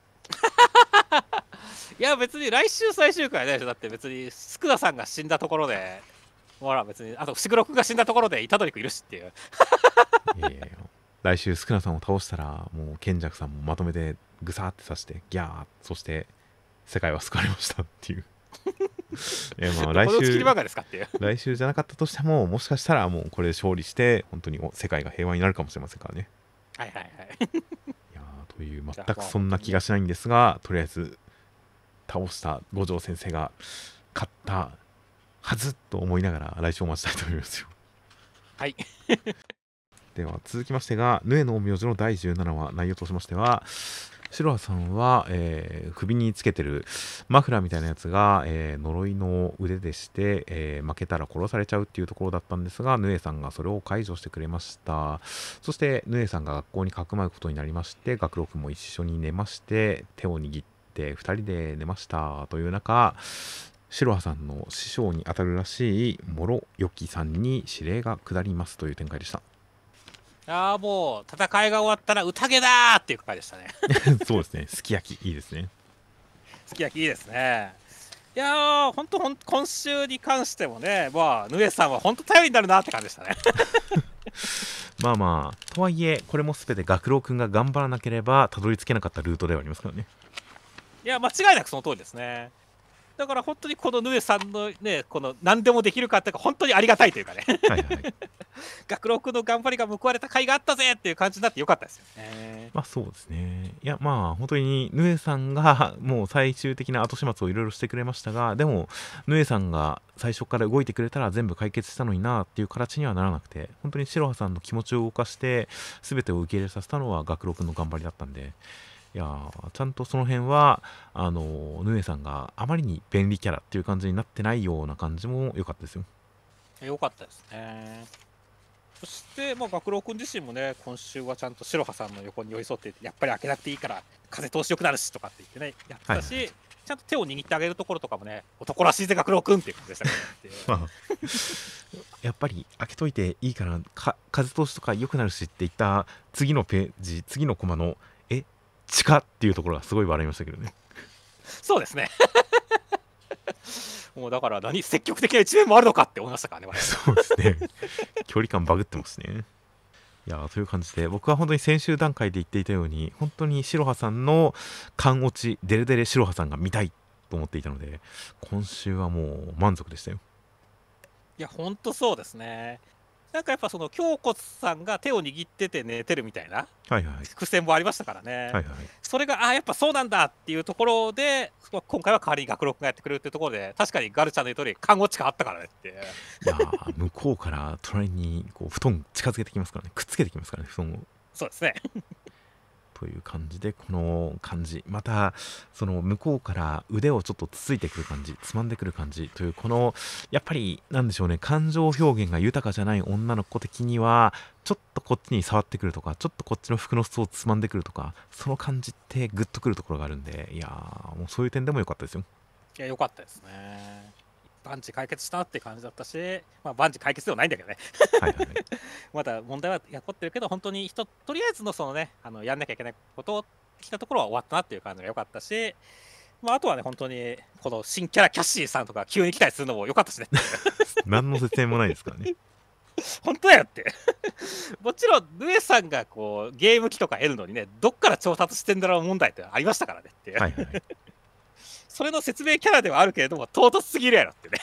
いや別に来週最終回ないでしょ。だって別にスクナさんが死んだところで、ほら別にあと伏黒君が死んだところで虎杖君いるしっていう。 いやいやいや、来週スクナさんを倒したらもう賢者さんもまとめてグサーって刺してギャー、そして世界は救われましたっていう。いや来週漫画ですかっていう。 来週じゃなかったとしても、もしかしたらもうこれで勝利して本当に世界が平和になるかもしれませんからね。 はいはいはい。 いやという全くそんな気がしないんですが、とりあえず倒した五条先生が勝ったはずと思いながら来週お待ちしたいと思いますよ。 はい。 では続きましてが、ヌエの陰陽師の第17話、内容としましては、白羽さんは、首につけてるマフラーみたいなやつが、呪いの腕でして、負けたら殺されちゃうっていうところだったんですが、ヌエさんがそれを解除してくれました。そしてヌエさんが学校にかくまうことになりまして、学録も一緒に寝まして、手を握って2人で寝ましたという中、白羽さんの師匠にあたるらしい諸良さんに指令が下りますという展開でした。 もう戦いが終わったら宴だーっていう回でしたね。 そうですね、すき焼きいいですね。 すき焼きいいですね。いやー、今週に関してもね、ヌエさんは本当頼りになるなって感じでしたね。 とはいえ、これもすべて学郎くんが頑張らなければたどり着けなかったルートではありますからね。 いや、間違いなくその通りですね。だから本当にこのヌエさんのね、この何でもできるかっていうか、本当にありがたいというかね。 はいはい。 学郎君の頑張りが報われた甲斐があったぜっていう感じになってよかったですよね。 そうですね。いや本当にヌエさんがもう最終的な後始末をいろいろしてくれましたが、でもヌエさんが最初から動いてくれたら全部解決したのになっていう形にはならなくて、本当に白羽さんの気持ちを動かして全てを受け入れさせたのは学郎君の頑張りだったんで、いやちゃんとその辺はヌエさんがあまりに便利キャラっていう感じになってないような感じも良かったですよ。 良かったですね。そして、学郎君自身もね、今週はちゃんと白羽さんの横に寄り添っていて、やっぱり開けなくていいから風通しよくなるしとかって言ってね、やってたし、はいはい、ちゃんと手を握ってあげるところとかもね、男らしいぜ学郎君っていう感じでしたね。 やっぱり開けといていいから風通しとか良くなるしって言った次のページ、次のコマの地下っていうところがすごい笑いましたけどね。 そうですね。もうだから積極的な一面もあるのかって思いましたからね。 そうですね。距離感バグってますね。いやという感じで、僕は本当に先週段階で言っていたように、本当に白羽さんの勘落ちデレデレ白羽さんが見たいと思っていたので、今週はもう満足でしたよ。 いや本当そうですね。なんかやっぱその胸骨さんが手を握ってて寝てるみたいな伏線もありましたからね。はいはい、それがやっぱそうなんだっていうところで、今回は代わりに学録がやってくれるっていうところで、確かにガルちゃんの言う通り看護地があったからねって。いや向こうから隣にこう布団近づけてきますからね、くっつけてきますからね、布団を。 そうですね。 という感じで、この感じ、またその向こうから腕をちょっとつついてくる感じ、つまんでくる感じという、このやっぱりなんでしょうね、感情表現が豊かじゃない女の子的にはちょっとこっちに触ってくるとか、ちょっとこっちの服の裾をつまんでくるとか、その感じってグッとくるところがあるんで、いやー、もうそういう点でも良かったですよ。 いや、良かったですね。万事解決したって感じだったし、まあ、万事解決ではないんだけどね。 はいはいはい。 まだ問題は起こってるけど、本当にとりあえずのそのね、やんなきゃいけないことを来たところは終わったなっていう感じが良かったし、まあ、あとはね、本当にこの新キャラキャッシーさんとか急に来たりするのも良かったしね。 何の説明もないですからね。 本当だよって。もちろん、ヌエさんがこうゲーム機とか得るのにね、どっから調達してんだろう問題ってありましたからねっていう。 はいはいはい。 それの説明キャラではあるけれども、唐突すぎるやろってね。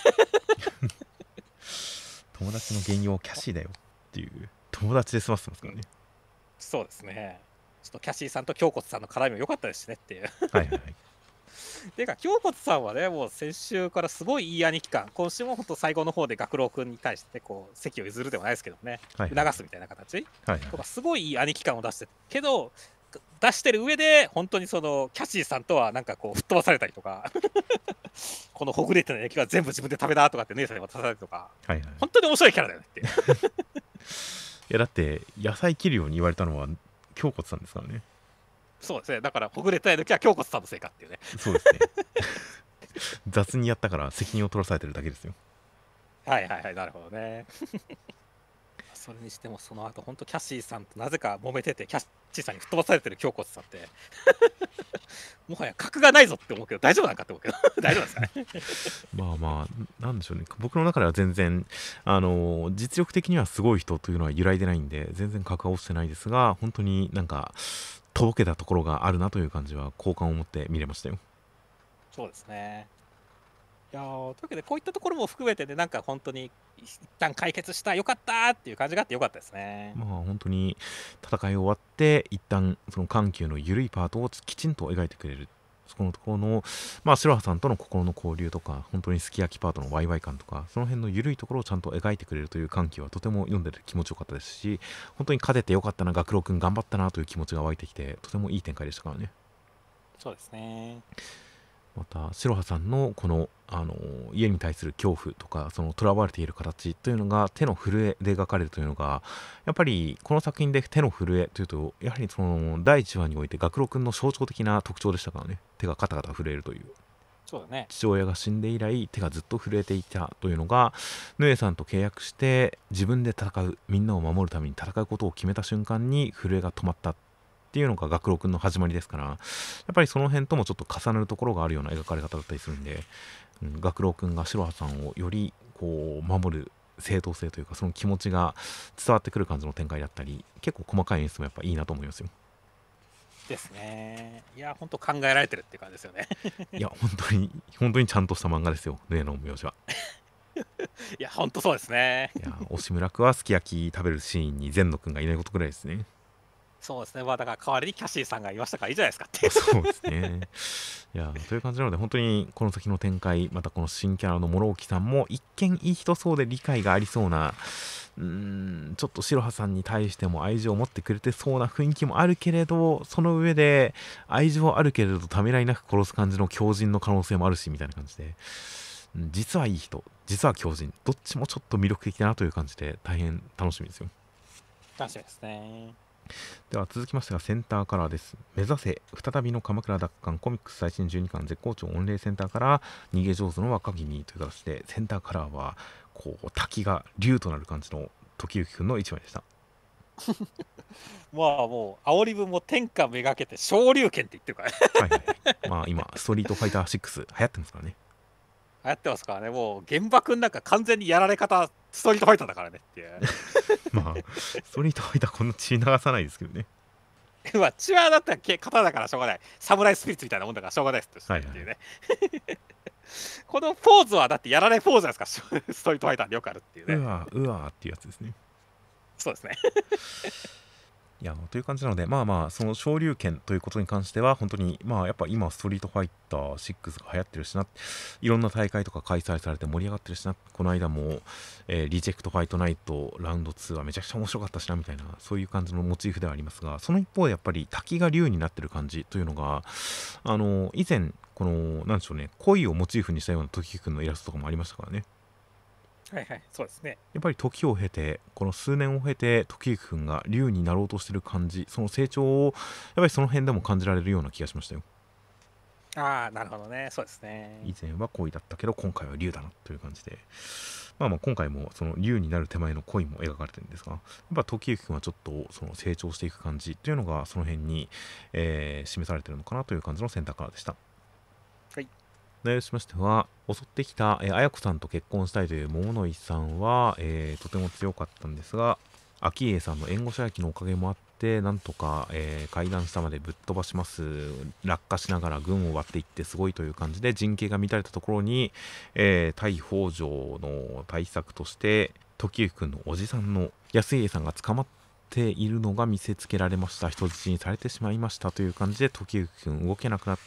友達の原用キャシーだよっていう、友達で済ませてますからね。 そうですね。ちょっとキャシーさんと京骨さんの絡みも良かったですしねっていう。 はいはいはい。 ていうか、京骨さんはね、もう先週からすごいいい兄貴感、今週も本当最後の方で学郎君に対してこう席を譲るではないですけどね、 はいはい促すみたいな形はいとか、すごいいい兄貴感を出してるけど、出してる上で、本当にそのキャシーさんとはなんかこう吹っ飛ばされたりとか、このほぐれてない焼きは全部自分で食べたとかって姉さんに渡されたりとか、 はいはい。 本当に面白いキャラだよねっていう。 いやだって野菜切るように言われたのは京骨さんですからね。 そうですね、だからほぐれてない時は京骨さんのせいかっていうね。 そうですね。雑にやったから責任を取らされてるだけですよ。 はいはいはい、なるほどね。それにしても、その後本当、キャシーさんとなぜか揉めてて、キャシーさんに吹っ飛ばされてる京骨さんって、もはや格がないぞって思うけど、大丈夫なんかって思うけど、大丈夫ですかね。 まあまあ、なんでしょうね。僕の中では全然、実力的にはすごい人というのは揺らいでないんで、全然格は落ちてないですが、本当になんか、とぼけたところがあるなという感じは、好感を持って見れましたよ。 そうですね。いやー、というわけで、こういったところも含めてね、なんか本当に一旦解決した、よかったーっていう感じがあってよかったですね。 まあ本当に戦い終わって一旦その緩急の緩いパートをきちんと描いてくれる、そこのところのまあ白羽さんとの心の交流とか、本当にすき焼きパートのワイワイ感とか、その辺の緩いところをちゃんと描いてくれるという緩急はとても読んでて気持ちよかったですし、本当に勝ててよかったな、学郎くん頑張ったなという気持ちが湧いてきて、とてもいい展開でしたからね。 そうですね。 また白羽さんのこの、家に対する恐怖とか、その囚われている形というのが手の震えで描かれるというのが、やっぱりこの作品で手の震えというと、やはりその第1話において学郎くんの象徴的な特徴でしたからね。手がカタカタ震えるという、 そうだね。 父親が死んで以来手がずっと震えていたというのが、ヌエさんと契約して自分で戦う、みんなを守るために戦うことを決めた瞬間に震えが止まったっていうのが学郎くんの始まりですから、やっぱりその辺ともちょっと重なるところがあるような描かれ方だったりするんで、学郎くんが白羽さんをよりこう守る正当性というか、その気持ちが伝わってくる感じの展開だったり、結構細かい演出もやっぱいいなと思いますよ。 ですね。いや、本当考えられてるって感じですよね。 いや本当にちゃんとした漫画ですよ、例の名字は。 いや、本当そうですね。 いや押村区はすき焼き食べるシーンに善野くんがいないことぐらいですね。 そうですね。まあ、だから代わりにキャシーさんがいましたからいいじゃないですかっていう。 そうですね。いやという感じなので、本当にこの先の展開、またこの新キャラの諸沖さんも一見いい人そうで理解がありそうな、ちょっと白羽さんに対しても愛情を持ってくれてそうな雰囲気もあるけれど、その上で愛情あるけれどためらいなく殺す感じの強靭の可能性もあるしみたいな感じで、実はいい人、実は強靭、どっちもちょっと魅力的だなという感じで大変楽しみですよ。 楽しみですね。 では続きましてがセンターカラーです。目指せ再びの鎌倉奪還、コミックス最新12巻絶好調御礼センターから、逃げ上手の若君という形で、センターカラーはこう滝が竜となる感じの時行くんの一枚でした。 まあもう煽り文も天下めがけて昇竜拳って言ってるからね。 はいはいはい。まあ今ストリートファイター6流行ってますからね。 流行ってますからね。もう現場くんなんか完全にやられ方ストリートファイターだからねっていう。 まあストリートファイターこんな血流さないですけどね。 まあ血はだったら型だからしょうがない。サムライスピリッツみたいなもんだからしょうがないですっていうね。このポーズはだってやられポーズじゃないですか。ストリートファイターでよくあるっていうね。 うわーっていうやつですね。 そうですね。 いやという感じなので、その昇竜拳ということに関しては本当にやっぱ今ストリートファイター6が流行ってるしな、いろんな大会とか開催されて盛り上がってるしな、この間も、リジェクトファイトナイトラウンド2はめちゃくちゃ面白かったしなみたいな、そういう感じのモチーフではありますが、その一方でやっぱり滝が竜になってる感じというのが以前このなんでしょうね、恋をモチーフにしたような時くんのイラストとかもありましたからね。 はいはい、そうですね。 やっぱり時を経て、この数年を経て時行くんが竜になろうとしてる感じ、その成長をやっぱりその辺でも感じられるような気がしましたよ。 ああ、なるほどね。そうですね。 以前は恋だったけど今回は竜だなという感じで、今回もその竜になる手前の恋も描かれてるんですが、やっぱ時行くんはちょっとその成長していく感じというのがその辺に、示されてるのかなという感じのセンターカラーでした。 はい。 でしましては、襲ってきた、綾子さんと結婚したいという桃の井さんは、とても強かったんですが、昭恵さんの援護射撃のおかげもあって、なんとか、階段下までぶっ飛ばします。落下しながら軍を割っていってすごいという感じで、陣形が乱れたところに、対北条の対策として、時行くんのおじさんの安家さんが捕まっているのが見せつけられました。人質にされてしまいましたという感じで時行くん動けなくなって、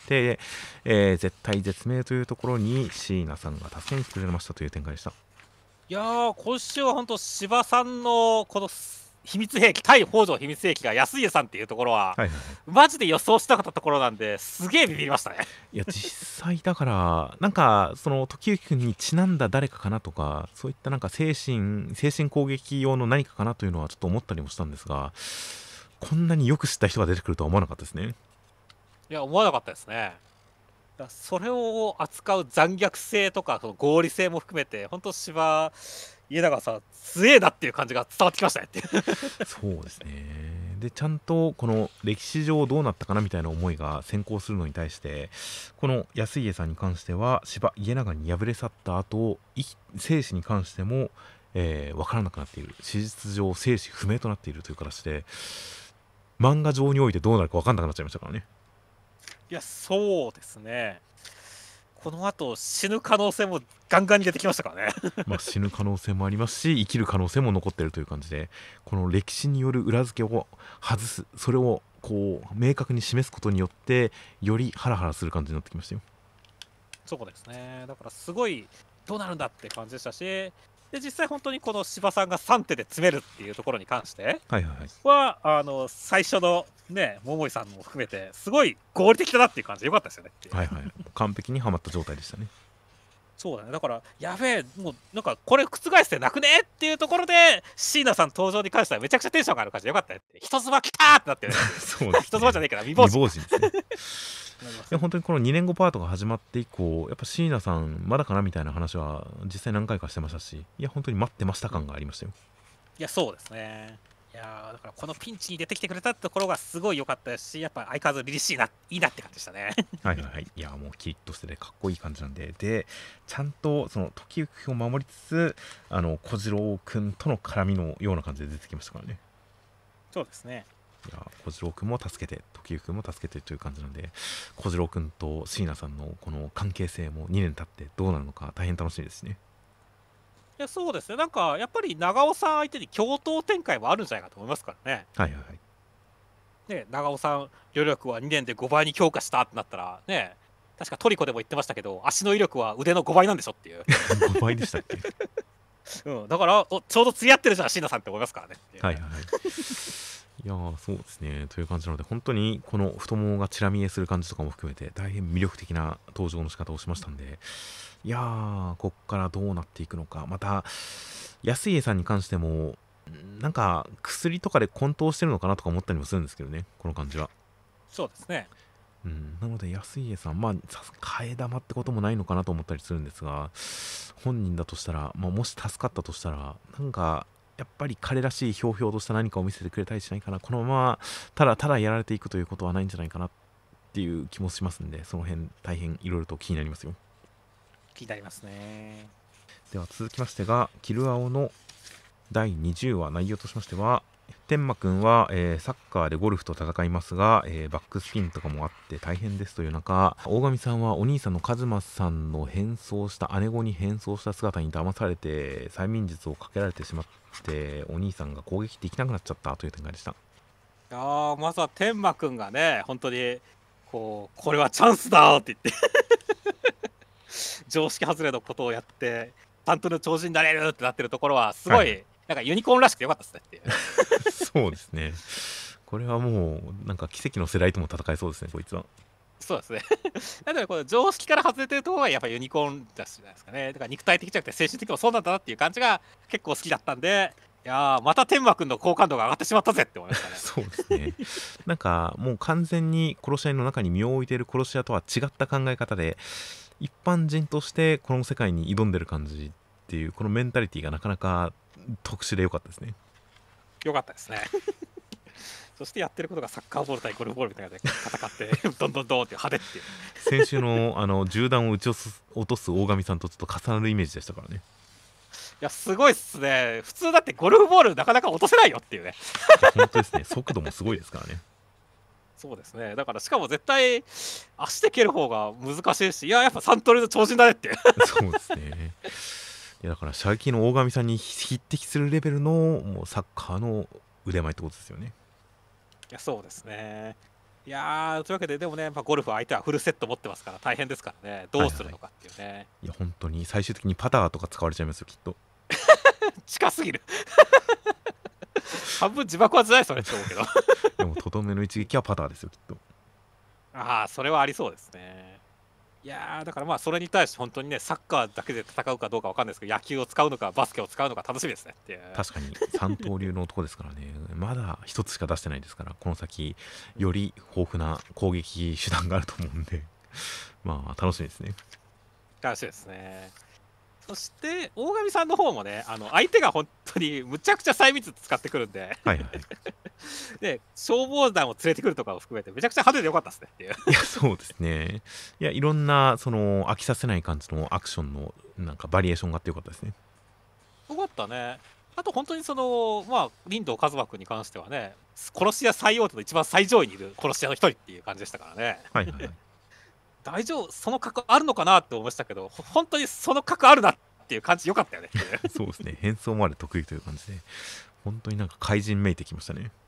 絶対絶命というところに椎名さんが助けに来てくれましたという展開でした。 いやー、今週は本当芝さんのこの秘密兵器、対北条秘密兵器が安家さんっていうところは、 はいはいはい。 マジで予想したかったところなんですげえビビりましたね。 いや実際だからなんかその時行くんにちなんだ誰かかなとか、そういったなんか精神攻撃用の何かかなというのはちょっと思ったりもしたんですが、こんなによく知った人が出てくるとは思わなかったですね。 いや、思わなかったですね。それを扱う残虐性とかその合理性も含めて、本当芝家長さん強えなっていう感じが伝わってきましたねっていう。 そうですね。でちゃんとこの歴史上どうなったかなみたいな思いが先行するのに対して、この安家さんに関しては芝家長に敗れ去った後、生死に関しても分からなくなっている、史実上生死不明となっているという形で、漫画上においてどうなるか分かんなくなっちゃいましたからね。 いや、そうですね。この後死ぬ可能性もガンガンに出てきましたからね。 死ぬ可能性もありますし、生きる可能性も残っているという感じで、この歴史による裏付けを外す、それをこう明確に示すことによってよりハラハラする感じになってきましたよ。 そうですね。だからすごいどうなるんだって感じでしたし、で実際本当にこの芝さんが3手で詰めるっていうところに関してはいはいはい。 最初のね桃井さんも含めてすごい合理的だなっていう感じでよかったですよねっていう。 はいはい。完璧にはまった状態でしたね。 そうだね。だからやべえ、もうなんかこれ覆してなくねっていうところで椎名さん登場に関してはめちゃくちゃテンションがある感じでよかったねって。人妻来たーってなってるね。 そうですね。 人妻じゃねえから未未亡人亡人ですね。いや本当にこの2年後パートが始まって以降、やっぱ椎名さんまだかなみたいな話は実際何回かしてましたし、いや本当に待ってました感がありましたよ。 いや、そうですね。いやーだからこのピンチに出てきてくれたところがすごい良かったですし、やっぱ相変わらず凛々しいな、いいなって感じでしたね。 はいはいはい。いやもうキリッとしててかっこいい感じなんで、でちゃんとその時行くを守りつつ、小次郎くんとの絡みのような感じで出てきましたからね。 そうですね。 いや小次郎くんも助けて時行くんも助けてという感じなんで、小次郎くんと椎名さんのこの関係性も2年経ってどうなるのか大変楽しみですね。 いや、そうですね。なんかやっぱり長尾さん相手に共闘展開もあるんじゃないかと思いますからね。 はいはいはい。 ね、長尾さん、余力は2年で5倍に強化したってなったら、ね、確かトリコでも言ってましたけど、足の威力は腕の5倍なんでしょっていう。 5倍でしたっけ。 うん、だからちょうど釣り合ってるじゃん、椎名さんって思いますからね。 はいはいはい。いやそうですね。という感じなので、本当にこの太ももがちら見えする感じとかも含めて、大変魅力的な登場の仕方をしましたんで、いやー、こっからどうなっていくのか、また、安家さんに関しても、なんか薬とかで混沌してるのかなとか思ったりもするんですけどね、この感じは。 そうですね。 なので安家さん、替え玉ってこともないのかなと思ったりするんですが、本人だとしたら、もし助かったとしたら、なんかやっぱり彼らしいひょうひょうとした何かを見せてくれたりしないかな、このままただただやられていくということはないんじゃないかなっていう気もしますんで、その辺大変いろいろと気になりますよ。 気になりますね。 では続きましてが、キルアオの第20話、内容としましては、天馬くんは、サッカーでゴルフと戦いますが、バックスピンとかもあって大変ですという中、大神さんはお兄さんのカズマさんの姉子に変装した姿に騙されて催眠術をかけられてしまって、お兄さんが攻撃できなくなっちゃったという展開でした。 いやー、まずは天馬くんがね、本当に、これはチャンスだーって言って、常識外れのことをやって、タントの超人になれるってなってるところは、すはいはい。 ごい、なんかユニコーンらしくてよかったですねっていう。 そうですね。これはもう、なんか奇跡の世代とも戦えそうですね、こいつは。 そうですね。だからこの常識から外れてるところがやっぱユニコーンだしじゃないですかね。だから肉体的じゃなくて精神的にもそうなんだなっていう感じが結構好きだったんで、いやー、また天馬くんの好感度が上がってしまったぜって思いましたね。 そうですね。なんかもう完全に殺し合いの中に身を置いている殺し屋とは違った考え方で、一般人としてこの世界に挑んでる感じっていう、このメンタリティがなかなか特殊で良かったですね。 よかったですね。そしてやってることがサッカーボール対ゴルフボールみたいなので戦って、どんどんどんって派手っていう。 先週の銃弾を落とす大神さんとちょっと重なるイメージでしたからね。 いや、すごいっすね。普通だってゴルフボールなかなか落とせないよっていうね。 いや本当ですね。速度もすごいですからね。 そうですね。だからしかも絶対足で蹴る方が難しいし、いや、やっぱサントリーの超人だねっていう。 そうですね。いやだから射撃の大神さんに匹敵するレベルのもうサッカーの腕前ってことですよね。 いや、そうですね。いやー、というわけで、でもね、やっぱゴルフは相手はフルセット持ってますから大変ですからね。どはいはい。 うするのかっていうね。 いや本当に最終的にパターとか使われちゃいますよきっと。 近すぎる。半分自爆はずないそれって思うけど。 でもとどめの一撃はパターですよきっと。 ああ、それはありそうですね。いやー、だからまあ、それに対して本当にね、サッカーだけで戦うかどうかわかんないですけど、野球を使うのか、バスケを使うのか楽しみですねっていう。 確かに三刀流の男ですからね。まだ一つしか出してないですから、この先より豊富な攻撃手段があると思うんでまあ楽しみですね。 楽しみですね。そして、大神さんの方もね、相手が本当にむちゃくちゃ細密使ってくるんで、 はいはい。 で、消防団を連れてくるとかを含めて、めちゃくちゃ派手でよかったですねっていう。 いやそうですね。いやいろんなその飽きさせない感じのアクションのなんかバリエーションがあってよかったですね。 よかったね。あと本当にまあ、林道一馬君に関してはね、殺し屋最大手の一番最上位にいる殺し屋の一人っていう感じでしたからね。 はいはいはい。 大丈夫、その格あるのかなって思いましたけど、本当にその格あるなっていう感じよかったよねっていう。 そうですね。変装まで得意という感じで、本当になんか怪人めいてきましたね。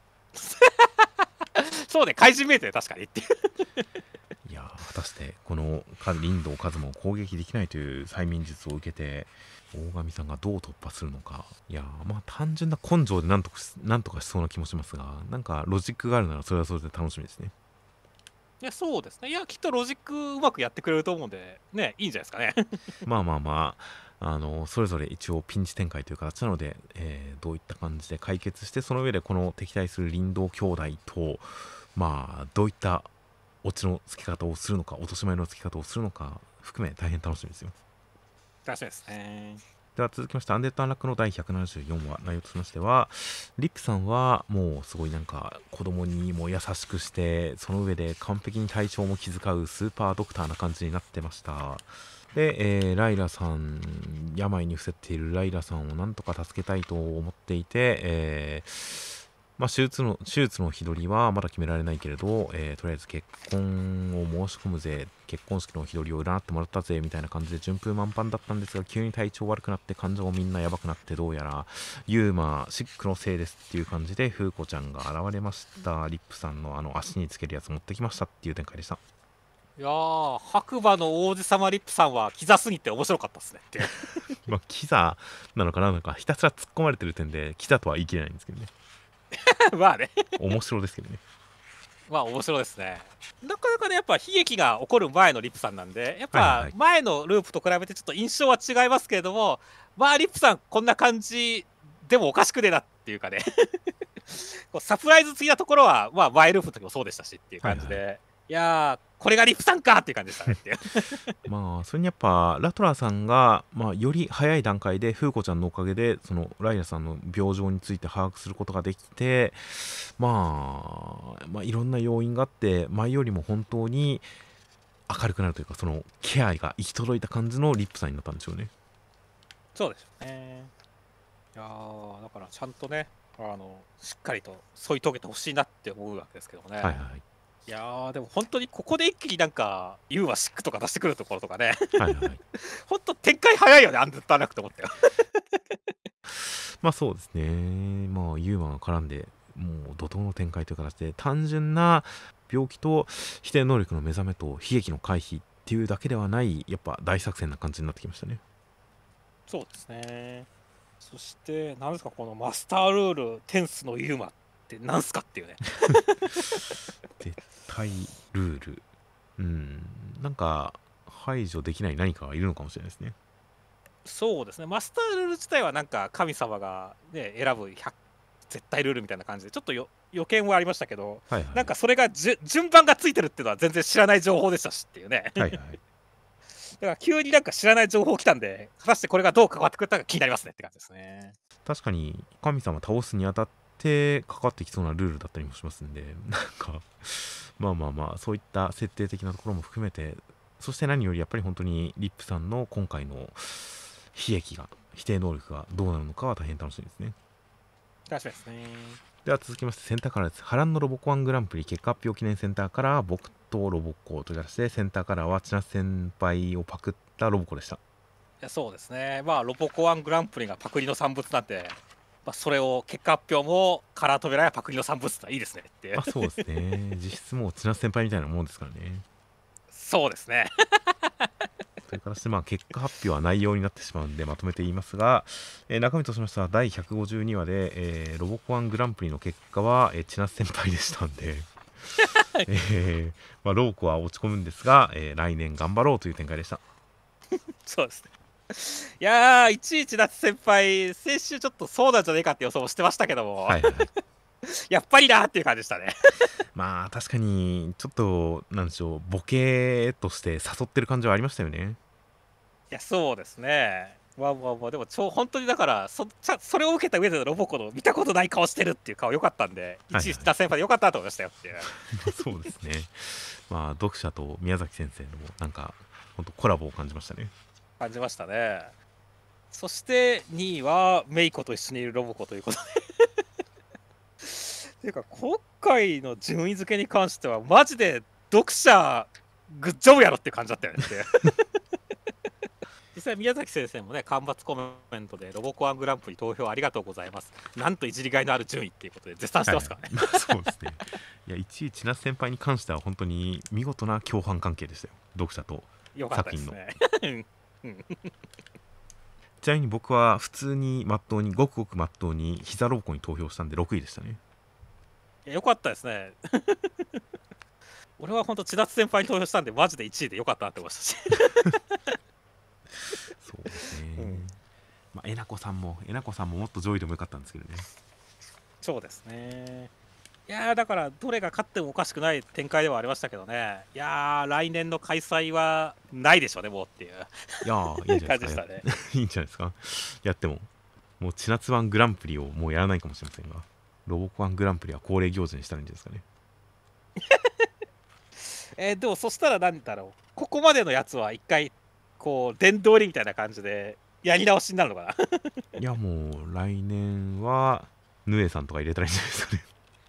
そうね、怪人メイトで確かにっていう。 いやー果たしてこの林道一馬を攻撃できないという催眠術を受けて大神さんがどう突破するのか。いやーまあ単純な根性でなんとかしそうな気もしますが、なんかロジックがあるならそれはそれで楽しみですね。 いや、そうですね。いや、きっとロジックうまくやってくれると思うんで、ね、いいんじゃないですかね。 まあまあまあそれぞれ一応ピンチ展開という形なので、どういった感じで解決して、その上でこの敵対する林道兄弟とまあどういったオチの付け方をするのか、落とし前の付け方をするのか含め大変楽しみですよ。 楽しみですね。 では続きまして、アンデッド・アンラックの第174話、内容としましては、リップさんはもうすごいなんか子供にも優しくして、その上で完璧に体調も気遣うスーパードクターな感じになってました。で、ライラさん、病に伏せっているライラさんをなんとか助けたいと思っていて、まあ、手術の日取りはまだ決められないけれど、とりあえず結婚を申し込むぜ、結婚式の日取りを占ってもらったぜみたいな感じで順風満帆だったんですが、急に体調悪くなって患者もみんなやばくなって、どうやらユーマシックのせいですっていう感じで風子ちゃんが現れました。リップさんの足につけるやつ持ってきましたっていう展開でした。 いやー、白馬の王子様リップさんはキザすぎて面白かったですねっていう。 まあキザなのかな、なんかひたすら突っ込まれてる点でキザとは言い切れないんですけどね。 まあね。 面白ですけどね。 まあ面白いですね。なかなかね、やっぱ悲劇が起こる前のリップさんなんで、やっぱはいはいはい。 前のループと比べてちょっと印象は違いますけれども、まあリップさんこんな感じでもおかしくねえなっていうかね、こうサプライズ的なところは、まあ前ループの時もそうでしたしっていうはいはい。 感じで、いやー、これがリップさんかっていう感じでしたねっていう。 まあそれにやっぱラトラーさんが、まあ、より早い段階で風子ちゃんのおかげでそのライラさんの病状について把握することができて、まあいろんな要因があって前よりも本当に明るくなるというか、そのケアが行き届いた感じのリップさんになったんでしょうね。 そうですよね。いやー、だからちゃんとね、しっかりと添い遂げてほしいなって思うわけですけどもね。 はいはい。 いやー、でも本当にここで一気になんか、ユーはシックとか出してくるところとかね、 はいはい。 本当展開早いよね、アンデッドアンラックと思ったよ。 まあそうですね。まあユーマが絡んでもう怒涛の展開という形で、単純な病気と否定能力の目覚めと悲劇の回避っていうだけではない、やっぱ大作戦な感じになってきましたね。 そうですね。そして、なんですか、このマスタールール、テンスのユーマってなんすかっていうね。 絶対ルール。なんか排除できない何かがいるのかもしれないですね。 そうですね、マスタールール自体はなんか神様が、ね、選ぶ絶対ルールみたいな感じで、ちょっと予見はありましたけど、 はいはい。 なんかそれが順番がついてるっていうのは全然知らない情報でしたしっていうね。 はいはい。 だから急になんか知らない情報来たんで、果たしてこれがどう関わってくるかが気になりますねって感じですね。 確かに神様倒すにあたってかかってきそうなルールだったりもしますんで、なんかまあそういった設定的なところも含めて、そして何よりやっぱり本当にリップさんの今回の悲劇が、否定能力がどうなるのかは大変楽しみですね。 確かにですね。 では続きましてセンターカラーです。波乱のロボコングランプリ結果発表記念センターカラー、僕とロボコという形で、センターカラーは千夏先輩をパクったロボコでした。 いやそうですね、まあロボコワングランプリがパクリの産物なんで、まあ、それを結果発表もカラー扉やパクリの産物っていいですねっていう。 そうですね。実質もう千夏先輩みたいなもんですからね。 そうですね。 という形で結果発表は内容になってしまうんでまとめて言いますが、中身としましては第152話で、ロボコワングランプリの結果は、千夏先輩でしたんで、ロボコは落ち込むんですが、来年頑張ろうという展開でした。 そうですね。いやー、いちいち夏先輩、先週ちょっとそうなんじゃねえかって予想もしてましたけども、 はいはいやっぱりなーっていう感じでしたね。 確かにちょっとなんでしょう、ボケとして誘ってる感じはありましたよね。 いや、そうですね。でも本当にだからそれを受けた上でのロボコの見たことない顔してるっていう顔良かったんで、いちいち夏先輩で良かったと思いましたよっていう。 そうですね。読者と宮崎先生のなんか本当コラボを感じましたね。 感じましたね。そして2位はメイコと一緒にいるロボコということで。っていうか今回の順位付けに関してはマジで読者グッジョブやろっていう感じだったよねって。実際宮崎先生もね、間伐コメントでロボコワングランプリ投票ありがとうございます、なんといじりがいのある順位っていうことで絶賛してますからね。 そうですね。いや、1位千夏先輩に関しては本当に見事な共犯関係でしたよ、読者と作品の。ちなみに僕は普通にまっとうに、ごくごくまっとうに膝ロボコに投票したんで6位でしたね。 いや、よかったですね。俺は本当千夏先輩に投票したんでマジで1位でよかったなって思いましたし。 そうですね。えなこさんももっと上位でもよかったんですけどね。 そうですね。いやー、だからどれが勝ってもおかしくない展開ではありましたけどね。いやー、来年の開催はないでしょうね、もうっていう。 いやー、いいんじゃないですか。 ね、 いいんじゃないですか。やってももう千夏ワングランプリをもうやらないかもしれませんが、ロボコワングランプリは恒例行事にしたらいいんですかね。 でもそしたら何だろう、ここまでのやつは一回こう殿堂入りみたいな感じでやり直しになるのかな。 いや、もう来年はヌエさんとか入れたらいいんじゃないですかね。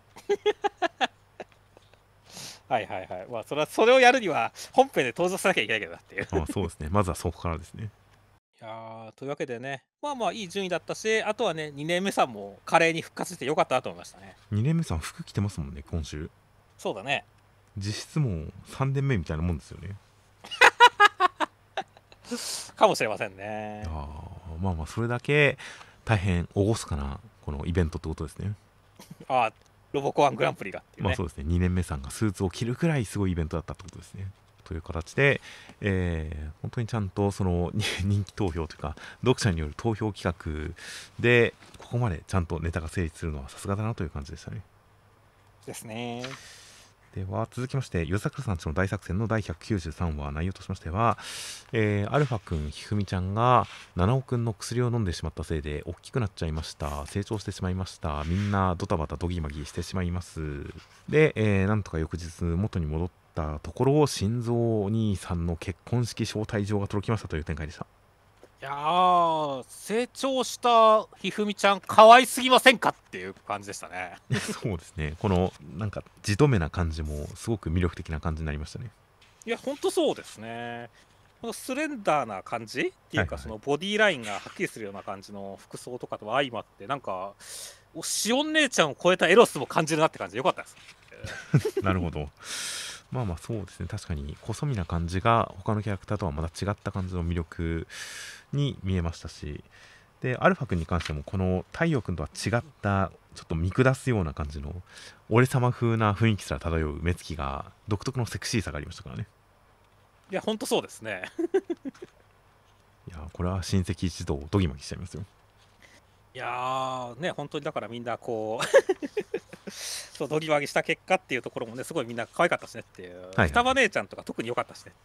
はいはいはい。まあそれをやるには本編で登場しなきゃいけないけどなっていう。 そうですね。まずはそこからですね。 いやー、というわけでね、いい順位だったし、あとはね、2年目さんも華麗に復活してよかったなと思いましたね。 2年目さん服着てますもんね、今週。 そうだね。 実質もう3年目みたいなもんですよね。 かもしれませんね。 それだけ大変厳かなこのイベントってことですね。 ロボコワングランプリがっていうね。 そうですね。2年目さんがスーツを着るくらいすごいイベントだったってことですね。という形で、本当にちゃんとその人気投票というか読者による投票企画でここまでちゃんとネタが成立するのはさすがだなという感じでしたね。 ですね。 では続きまして、夜桜さんちの大作戦の第193話、内容としましては、アルファ君、ひふみちゃんが七尾君の薬を飲んでしまったせいで大きくなっちゃいました、成長してしまいました、みんなドタバタドギマギしてしまいます。で、なんとか翌日元に戻ったところ、心臓兄さんの結婚式招待状が届きましたという展開でした。 いやー、成長したひふみちゃん可愛すぎませんかっていう感じでしたね。 そうですね。このなんかじとめな感じもすごく魅力的な感じになりましたね。 いや、ほんとそうですね。このスレンダーな感じっていうか、そのボディーラインがはっきりするような感じの服装とかと相まって、なんかシオン姉ちゃんを超えたエロスも感じるなって感じでよかったです。 なるほど。まあまあそうですね、確かに細身な感じが他のキャラクターとはまた違った感じの魅力に見えましたし、でアルファ君に関してもこの太陽君とは違ったちょっと見下すような感じの俺様風な雰囲気すら漂う目つきが独特のセクシーさがありましたからね。 いや、ほんとそうですね。 いやこれは親戚一同ドギマギしちゃいますよ。 いやー、ね、本当にだからみんなこうそう、ドギマギした結果っていうところもね、すごいみんな可愛かったしねっていう。 はいはい双葉姉ちゃんとか特に良かったしね。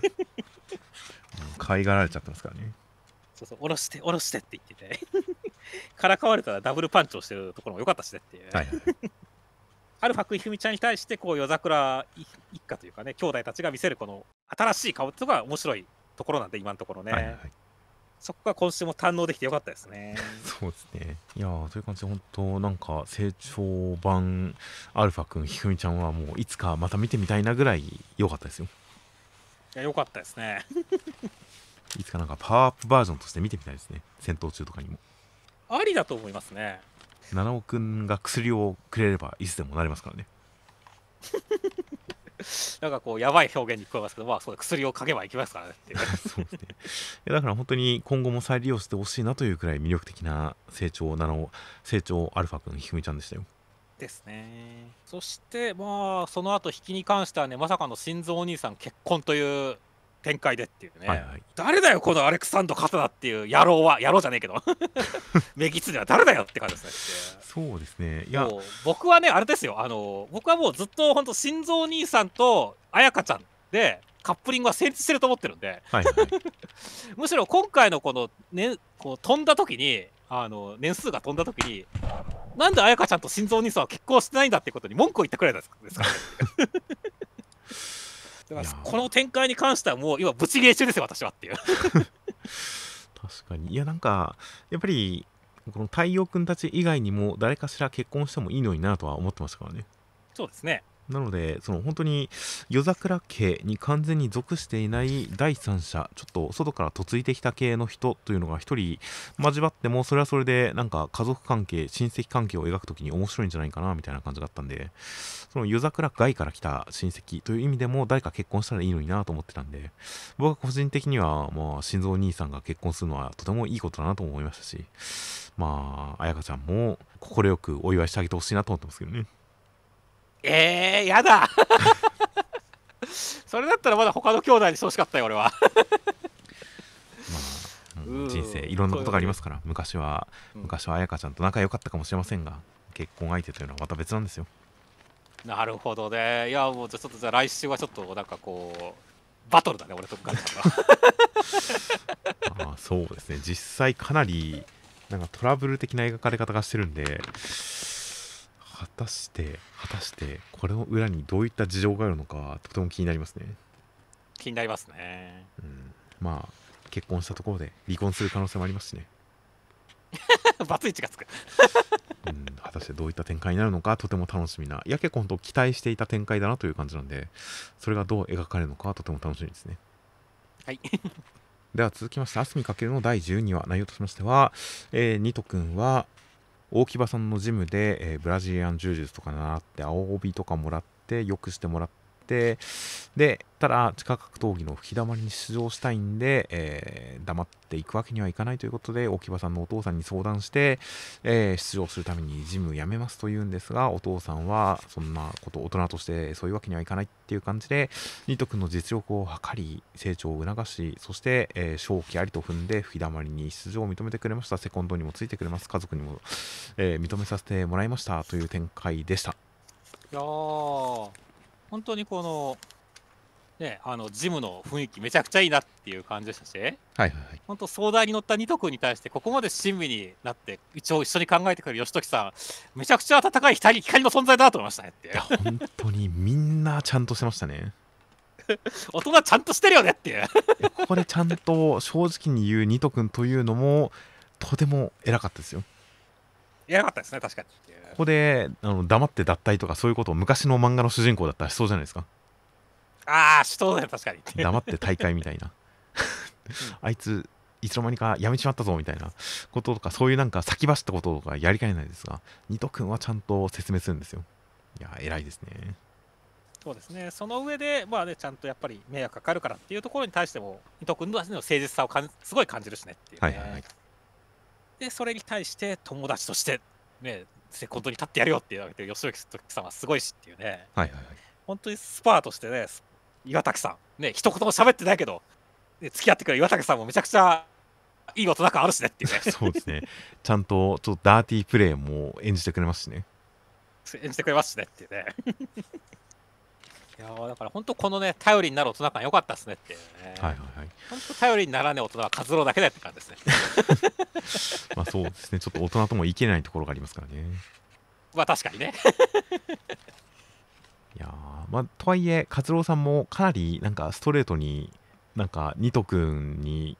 可愛がられちゃってますからね。 そうそう、下ろして、下ろしてって言っててからかわれたらダブルパンチをしてるところも良かったしねっていう。 はいはい。 アルファ君ひふみちゃんに対してこう夜桜一家というかね、兄弟たちが見せるこの新しい顔っていうのが面白いところなんで、今のところね。 はいはい。 そこが今週も堪能できてよかったですね。 そうですね。いやー、という感じで本当なんか成長版アルファ君ひふみちゃんはもういつかまた見てみたいなぐらい良かったですよ。 いや、よかったですね。 いつかなんかパワーアップバージョンとして見てみたいですね。戦闘中とかにも。 ありだと思いますね。 七尾くんが薬をくれればいつでもなれますからね。 なんかこう、やばい表現に聞こえますけど、まあ、そう薬をかけばいきますからねっていう。 そうですね。いやだから本当に今後も再利用してほしいなというくらい魅力的な成長アルファ君ひふみちゃんでしたよ。 ですね。そして、まあ、その後引きに関してはね、まさかの心臓お兄さん結婚という展開でっていうね、 はいはい。 誰だよ、このアレクサンド・カタナっていう野郎は、野郎じゃねえけど、メギツネは誰だよって感じですね。 そうですね。いや、 もう僕はね、あれですよ、僕はもうずっと本当、心臓兄さんと彩香ちゃんで、カップリングは成立してると思ってるんで、 はいはい。 むしろ今回のこの、ね、こう飛んだ時に、年数が飛んだ時に、なんで彩香ちゃんと心臓兄さんは結婚してないんだってことに文句を言ったくらいですからね。だからこの展開に関してはもう今ブチギレ中ですよ私はっていう。 確かに。いやなんかやっぱりこの太陽君たち以外にも誰かしら結婚してもいいのになとは思ってましたからね。 そうですね。 なのでその本当に夜桜家に完全に属していない第三者、ちょっと外から嫁いできた系の人というのが一人交わっても、それはそれでなんか家族関係親戚関係を描くときに面白いんじゃないかなみたいな感じがあったんで、その夜桜外から来た親戚という意味でも誰か結婚したらいいのになと思ってたんで、僕は個人的にはまあ心臓兄さんが結婚するのはとてもいいことだなと思いましたし、まあ彩香ちゃんも快くお祝いしてあげてほしいなと思ってますけどね。 やだそれだったらまだ他の兄弟にしてほしかったよ俺は。 まあ人生いろんなことがありますから、昔は彩香ちゃんと仲良かったかもしれませんが、結婚相手というのはまた別なんですよ。 なるほどね。いやもうちょっとじゃあ来週はちょっとなんかこうバトルだね俺とガチャンが。 そうですね、実際かなりなんかトラブル的な描かれ方がしてるんで、果たしてこれの裏にどういった事情があるのかとても気になりますね。 気になりますね。 まあ結婚したところで離婚する可能性もありますしね。 バツイチがつく。 果たしてどういった展開になるのかとても楽しみな、いや結構本当期待していた展開だなという感じなんで、それがどう描かれるのかとても楽しみですね。 はいでは続きまして、あすみかけるの第12話、内容としましては、ニト君は大木場さんのジムで、ブラジリアン柔術とか習って青帯とかもらってよくしてもらって、でただ地下格闘技の吹き溜まりに出場したいんで、黙っていくわけにはいかないということで大木場さんのお父さんに相談して、出場するためにジム辞めますと言うんですが、お父さんはそんなこと大人としてそういうわけにはいかないっていう感じでニト君の実力を図り成長を促し、そして、勝機ありと踏んで吹き溜まりに出場を認めてくれました。セコンドにもついてくれます。家族にも、認めさせてもらいましたという展開でした。 いやー本当にこのねジムの雰囲気めちゃくちゃいいなっていう感じでしたし、本当壮大に乗ったニト君に対してここまで親身になって一応一緒に考えてくれる義時さん、めちゃくちゃ温かい光の存在だなと思いましたねって。 いや本当にみんなちゃんとしてましたね。 大人ちゃんとしてるよねっていう。 ここでちゃんと正直に言うニト君というのもとても偉かったですよ。 偉かったですね確かに。 ここで黙って脱退とかそういうことを昔の漫画の主人公だったらしそうじゃないですか。 ああしそうだよ確かに。 黙って大会みたいなあいついつの間にかやめちまったぞみたいなこととか、そういうなんか先走ったこととかやりかねないですが、ニト君はちゃんと説明するんですよ。いや偉いですね。 そうですね、その上で、まあね、ちゃんとやっぱり迷惑かかるからっていうところに対しても、伊藤君の誠実さをすごい感じるしねっていうね。 はいはいはい。 で、それに対して友達として、ね、セコンドに立ってやるよって言われて、吉行さんはすごいしっていうね、 はいはいはい。 本当にスパーとしてね、岩竹さん、ね、一言も喋ってないけど、ね、付き合ってくれる岩竹さんもめちゃくちゃいい大人感あるしねっていうね、 そうですね。ちゃんとちょっとダーティープレイも演じてくれますしね。 演じてくれますしねっていうね。いやだから本当このね、頼りになる大人感良かったですねっていうね。 はいはいはい。 本当頼りにならねえ大人は活動だけだよって感じですね。 まあそうですね。ちょっと大人ともいけないところがありますからね。 まあ確かにね。 いやまあとはいえ勝郎さんもかなりなんかストレートになんかニト君に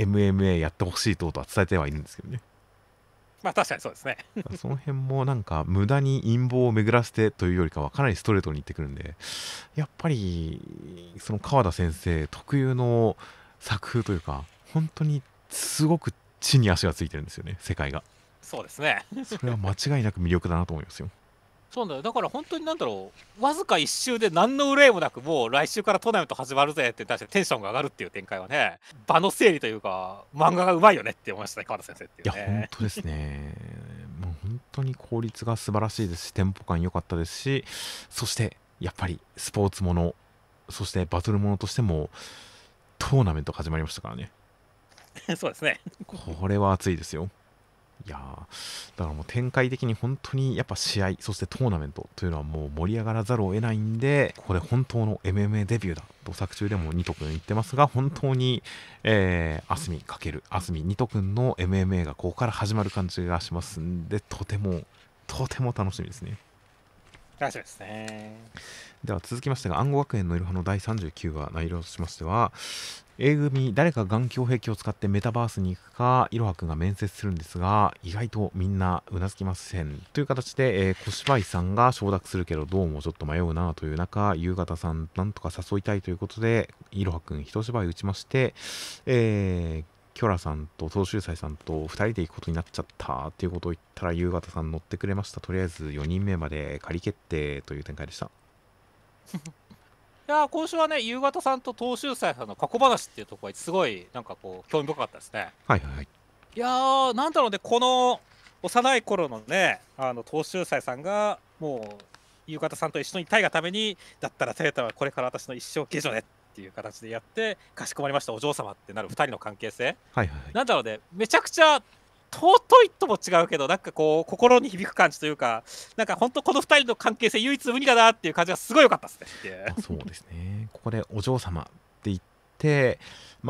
MMA やってほしいとは伝えてはいるんですけどね。 まあ確かにそうですね。 その辺もなんか無駄に陰謀を巡らせてというよりかはかなりストレートに言ってくるんで、やっぱりその川田先生特有の作風というか、本当にすごく地に足がついてるんですよね、世界が。 そうですね。 それは間違いなく魅力だなと思いますよ。 そうなんだよ。だから本当になんだろう、わずか1周で何の憂いもなく、もう来週からトーナメント始まるぜって対してテンションが上がるっていう展開はね、場の整理というか、漫画がうまいよねって思いましたね、川田先生っていいや、 うね。 本当ですね。もう本当に効率が素晴らしいですし、テンポ感良かったですし、そしてやっぱりスポーツもの、そしてバトルものとしてもトーナメント始まりましたからね。 そうですね。 これは熱いですよ。いやだからもう展開的に本当にやっぱ試合、そしてトーナメントというのはもう盛り上がらざるを得ないんで、ここで本当の MMA デビューだと作中でもニト君言ってますが、本当に、アスミニト君の MMA がここから始まる感じがしますんで、とても楽しみですね。 大丈夫ですね。 では続きましてが暗号学園のいろはの第39話内容としましては、A 組誰か眼鏡兵器を使ってメタバースに行くかいろはくんが面接するんですが、意外とみんなうなずきませんという形で、小芝居さんが承諾するけどどうもちょっと迷うなという中、夕方さんなんとか誘いたいということでいろはくん一芝居打ちまして、キョラさんと東秀斎さんと2人で行くことになっちゃったっていうことを言ったら、夕方さん乗ってくれました。とりあえず4人目まで仮決定という展開でした。 いや今週はね、夕方さんと東秀斎さんの過去話っていうところがすごいなんかこう興味深かったですね。 はいはいはい。 いやなんだろうね、この幼い頃のね、東秀斎さんがもう夕方さんと一緒にいたいがために、だったらテータはこれから私の一生継承ねっていう形でやって、かしこまりましたお嬢様ってなる2人の関係性、 はいはいはい。 なんだろうね、めちゃくちゃ尊いとも違うけど、なんかこう心に響く感じというか、なんか本当この2人の関係性唯一無二だなっていう感じがすごい良かったですねっていう。 そうですね。ここでお嬢様って言って、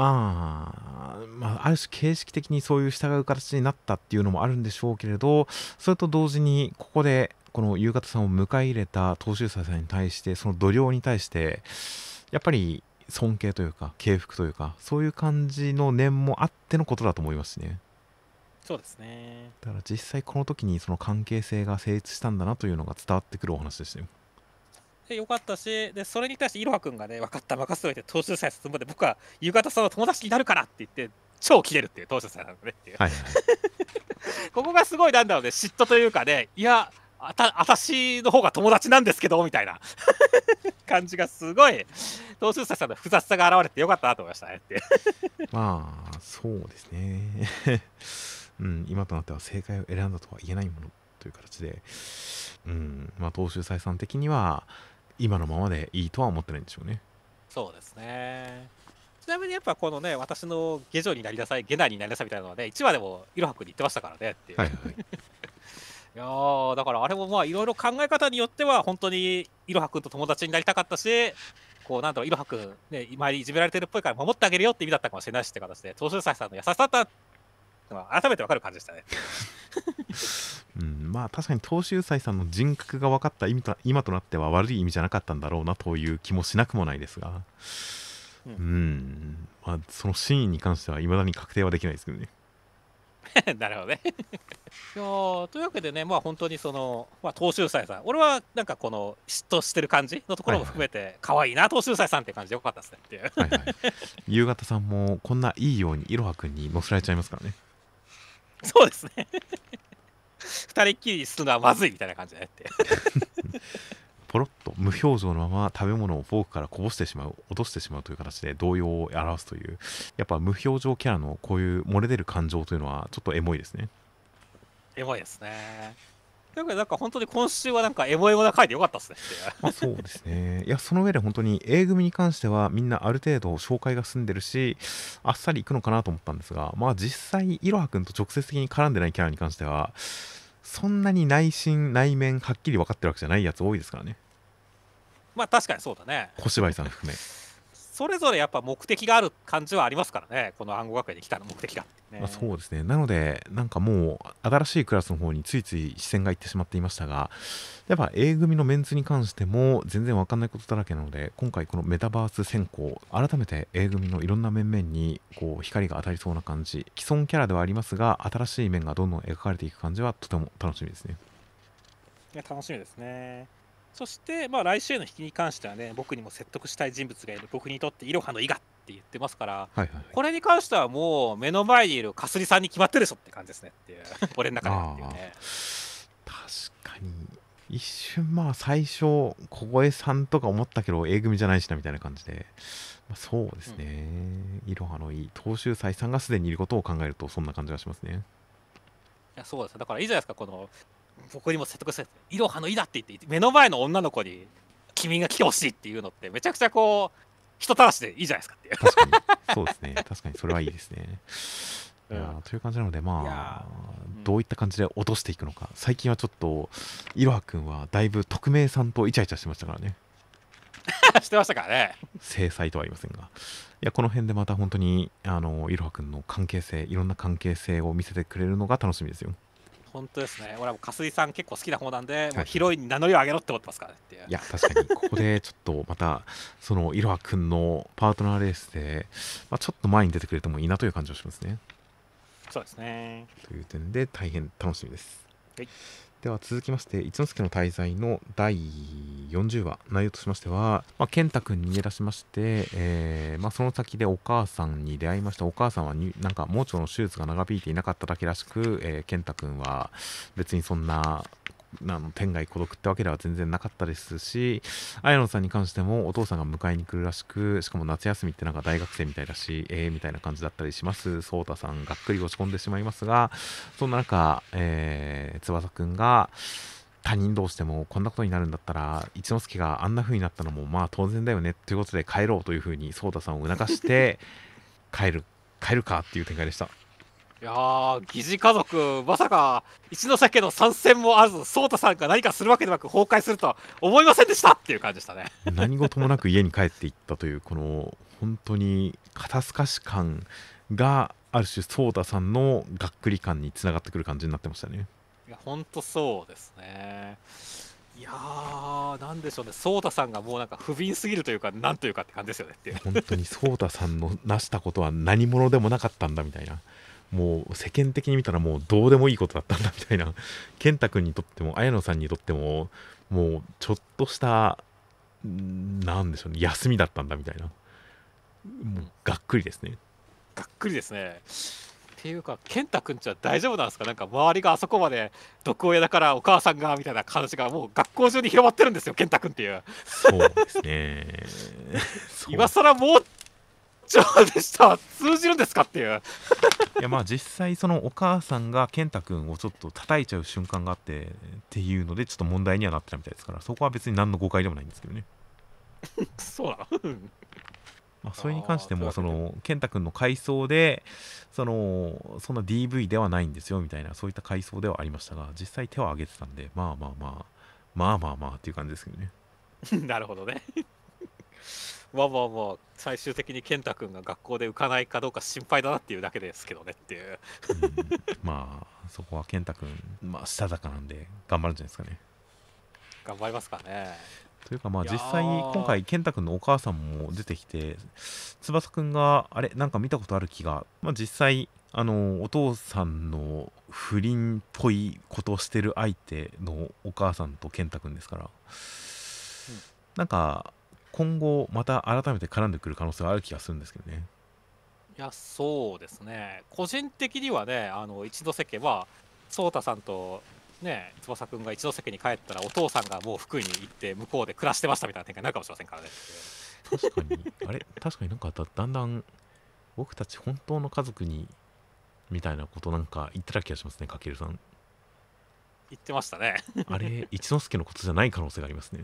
ある種形式的にそういう従う形になったっていうのもあるんでしょうけれど、それと同時にここでこの夕方さんを迎え入れた東秀斎さんに対して、その度量に対してやっぱり尊敬というか敬服というか、そういう感じの念もあってのことだと思いますしね。 そうですね。 だから実際この時にその関係性が成立したんだなというのが伝わってくるお話でしたよ。 でよかったし、でそれに対していろはくんがね、分かった、任せといて、東秀斎さんまで僕は夕方さんの友達になるからって言って、超キレるっていう、東秀斎さんのねっていう、 はいはいはい。 ここがすごい、なんだろうね、嫉妬というかね、いや、私の方が友達なんですけどみたいな感じがすごい、東秀斎さんの複雑さが現れてよかったなと思いましたねっていう。 そうですね。うん、今となっては正解を選んだとは言えないものという形で、東秀斎さん的には今のままでいいとは思ってないんでしょうね。 そうですね。ちなみにやっぱこのね、私の下女になりなさい、下男になりなさいみたいなのはね、1話でもいろはくんに言ってましたからねっていう。 はいはいはい。 いやだからあれもまあいろいろ考え方によっては本当にいろはくんと友達になりたかったし、こうなんだろう、いろはくんね、周りいじめられてるっぽいから守ってあげるよって意味だったかもしれないしって形で、東秀斎さんの優しさだったのが改めて分かる感じでしたね。 確かに東秀斎さんの人格が分かった今となっては悪い意味じゃなかったんだろうなという気もしなくもないですが、その真意に関してはいまだに確定はできないですけどね。 なるほどね。いやーというわけでね、まあ本当にその、まあ、東秀斎さん、俺はなんかこの嫉妬してる感じのところもはいはい。 含めて、可愛いな、東秀斎さんって感じでよかったですねっていう。 はいはい。夕方さんもこんないいようにいろはくんに乗せられちゃいますからね。 そうですね。二人っきりするのはまずいみたいな感じでねっていう。 ポロッと無表情のまま食べ物をフォークからこぼしてしまう、落としてしまうという形で動揺を表すという、やっぱ無表情キャラのこういう漏れ出る感情というのはちょっとエモいですね。 エモいですね。というわけで、なんか本当に今週はなんかエモエモな回でよかったですねっていう。 まあそうですね。いや、その上で本当に A 組に関してはみんなある程度紹介が済んでるし、あっさりいくのかなと思ったんですが、まあ実際、いろはくんと直接的に絡んでないキャラに関しては、そんなに内心、内面はっきり分かってるわけじゃないやつ多いですからね。 まあ確かにそうだね。 小芝居さん含め。 それぞれやっぱ目的がある感じはありますからね、この暗号学園に来たの目的がってまあ、 ね。 そうですね。なので、なんかもう、新しいクラスの方についつい視線がいってしまっていましたが、やっぱ A 組のメンツに関しても全然わかんないことだらけなので、今回このメタバース選考、改めて A 組のいろんな面々にこう光が当たりそうな感じ、既存キャラではありますが、新しい面がどんどん描かれていく感じはとても楽しみですね。 いや楽しみですね。そして、まあ、来週への引きに関してはね、僕にも説得したい人物がいる、僕にとってイロハの伊賀って言ってますから、 はいはいはい。 これに関してはもう目の前にいるかすりさんに決まってるでしょって感じですねっていう、俺の中ではっていうね。 確かに。一瞬まあ最初、小声さんとか思ったけど A 組じゃないしなみたいな感じで、まあ、そうですね。いろはのいい東秀斎さんがすでにいることを考えるとそんな感じがしますね。 いやそうです。だからいいじゃないですか、この僕にも説得して、イロハの伊だって言って、目の前の女の子に君が来てほしいっていうのって、めちゃくちゃこう、人たらしでいいじゃないですかっていう。 確かに。そうですね。確かにそれはいいですね。いやうんという感じなので、 いまやあ、 ー、 どういった感じで落としていくのか。最近はちょっと、いろはくんはだいぶ匿名さんとイチャイチャしてましたからね。 してましたからね。 制裁とは言いませんが。いや、この辺でまた本当に、いろはくんの関係性、いろんな関係性を見せてくれるのが楽しみですよ。 本当ですね。俺はもうかすりさん結構好きな方なんで、もはい。 うヒロインに名乗りを上げろって思ってますからねっていう。 いや、確かに、ここでちょっとまた、そのいろはくんのパートナーレースで、まあ、ちょっと前に出てくれてもいいなという感じがしますね。 そうですね。 という点で大変楽しみです。 はい。 では続きまして、一之輔の滞在の第40話、内容としましては、健太くん逃げ出しまして、その先でお母さんに出会いました。お母さんはなんか盲腸の手術が長引いていなかっただけらしく、健太くんは別にそんな、天涯孤独ってわけでは全然なかったですし、綾野さんに関してもお父さんが迎えに来るらしく、しかも夏休みってなんか大学生みたいだし、みたいな感じだったりします。颯太さんがっくり落ち込んでしまいますが、そんな中、翼くんが他人同士でもこんなことになるんだったら一之輔があんな風になったのもまあ当然だよねということで帰ろうという風に颯太さんを促して帰るかっていう展開でした。 いやー、疑似家族、まさか一ノ瀬家の参戦もあらず、颯太さんが何かするわけでなく崩壊するとは思いませんでしたっていう感じでしたね。 何事もなく家に帰っていったというこの本当に肩透かし感がある種颯太さんのがっくり感につながってくる感じになってましたね。 いや、ほんとそうですね。いやー、なんでしょうね、颯太さんがもうなんか不憫すぎるというか、なんというかって感じですよねっていう。 本当に颯太さんの成したことは何者でもなかったんだみたいな、もう世間的に見たらもうどうでもいいことだったんだみたいな、健太君にとっても綾野さんにとってももうちょっとしたなんでしょうね、休みだったんだみたいな、もうがっくりですね。 がっくりですね。っていうか、健太くんちは大丈夫なんですか？なんか周りがあそこまで毒親だからお母さんがみたいな感じがもう学校中に広まってるんですよ、健太くんっていう。 そうですねそう今更もうちょでした。通じるんですかっていう。 いやまあ実際そのお母さんが健太君をちょっと叩いちゃう瞬間があってっていうのでちょっと問題にはなってたみたいですから、そこは別に何の誤解でもないんですけどね。 そうなの。 それに関してもそというわけでの健太君の回想でそんな DV ではないんですよみたいな、そういった回想ではありましたが、実際手を挙げてたんでまあっていう感じですけどね。 なるほどね。まあ、最終的に健太くんが学校で浮かないかどうか心配だなっていうだけですけどねっていう。 まあそこは健太君したたかなんで頑張るんじゃないですかね。 頑張りますかね。 というかまあいや実際今ー、 回健太君のお母さんも出てきて、翼くんがあれなんか見たことある気が、まあ、実際お父さんの不倫っぽいことをしてる相手のお母さんと健太君ですから、 うん、 なんか今後また改めて絡んでくる可能性はある気がするんですけどね。 いや、そうですね。個人的にはね、一ノ関は、颯太さんと、ね、翼くんが一ノ関に帰ったら、お父さんがもう福井に行って、向こうで暮らしてましたみたいな展開になるかもしれませんからね。 確かにあれ確かになんかだんだん僕たち本当の家族にみたいなことなんか言ってた気がしますね、かけるさん。 言ってましたね。 あれ一之輔のことじゃない可能性がありますね。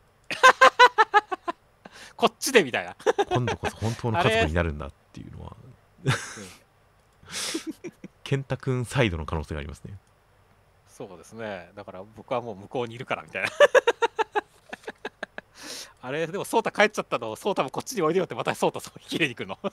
こっちでみたいな。 今度こそ本当のあれ、 家族になるんだっていうのはうん、 健太くんサイドの可能性がありますね。 そうですね。だから僕はもう向こうにいるからみたいな。あれ、でも颯太帰っちゃったの、颯太もこっちにおいでよって、また颯太そう切れに来るの。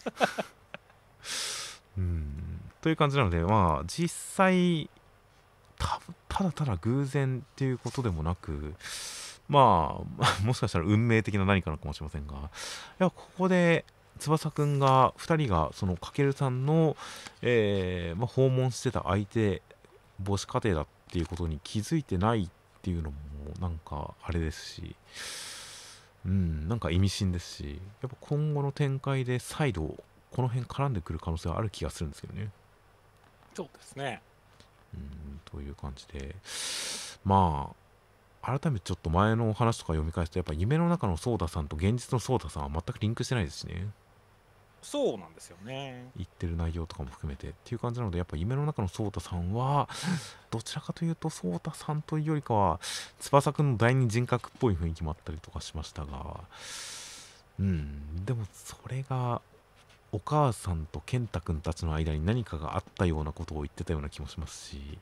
という感じなので、まあ実際ただただ偶然っていうことでもなく、まあもしかしたら運命的な何かなのかもしれませんが、いやここで翼くんが2人がそのかけるさんの、まあ、訪問してた相手母子家庭だっていうことに気づいてないっていうのもなんかあれですし、なんか意味深ですし、やっぱ今後の展開で再度この辺絡んでくる可能性はある気がするんですけどね。 そうですね。 という感じで、まあ改めてちょっと前のお話とか読み返すと、やっぱ夢の中のソーダさんと現実のソーダさんは全くリンクしてないですしね。 そうなんですよね。 言ってる内容とかも含めてっていう感じなので、やっぱ夢の中のソータさんはどちらかというとソータさんというよりかは翼くんの第二人格っぽい雰囲気もあったりとかしましたが、でもそれがお母さんと健太くんたちの間に何かがあったようなことを言ってたような気もしますし、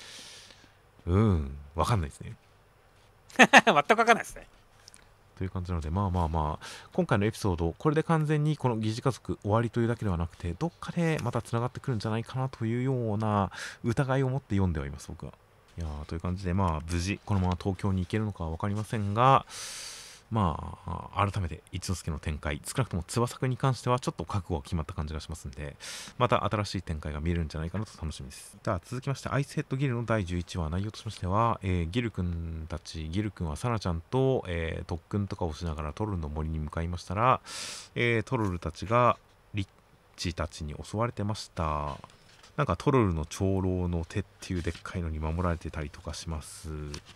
わかんないですね。 全く分かんないですね。 という感じなので、まあまあまあ、今回のエピソード、これで完全にこの疑似家族終わりというだけではなくて、どっかでまたつながってくるんじゃないかなというような疑いを持って読んではいます、僕は。いやー、という感じで、まあ、無事、このまま東京に行けるのかは分かりませんが、まあ、改めて一之輔の展開、少なくとも翼くんに関してはちょっと覚悟が決まった感じがしますんで、また新しい展開が見れるんじゃないかなと楽しみです。では続きまして、アイスヘッドギルの第11話、内容としましては、ギルくんたち、ギルくんはサナちゃんと、特訓とかをしながらトロルの森に向かいましたら、トロルたちがリッチたちに襲われてました。なんかトロルの長老の手っていうでっかいのに守られてたりとかします。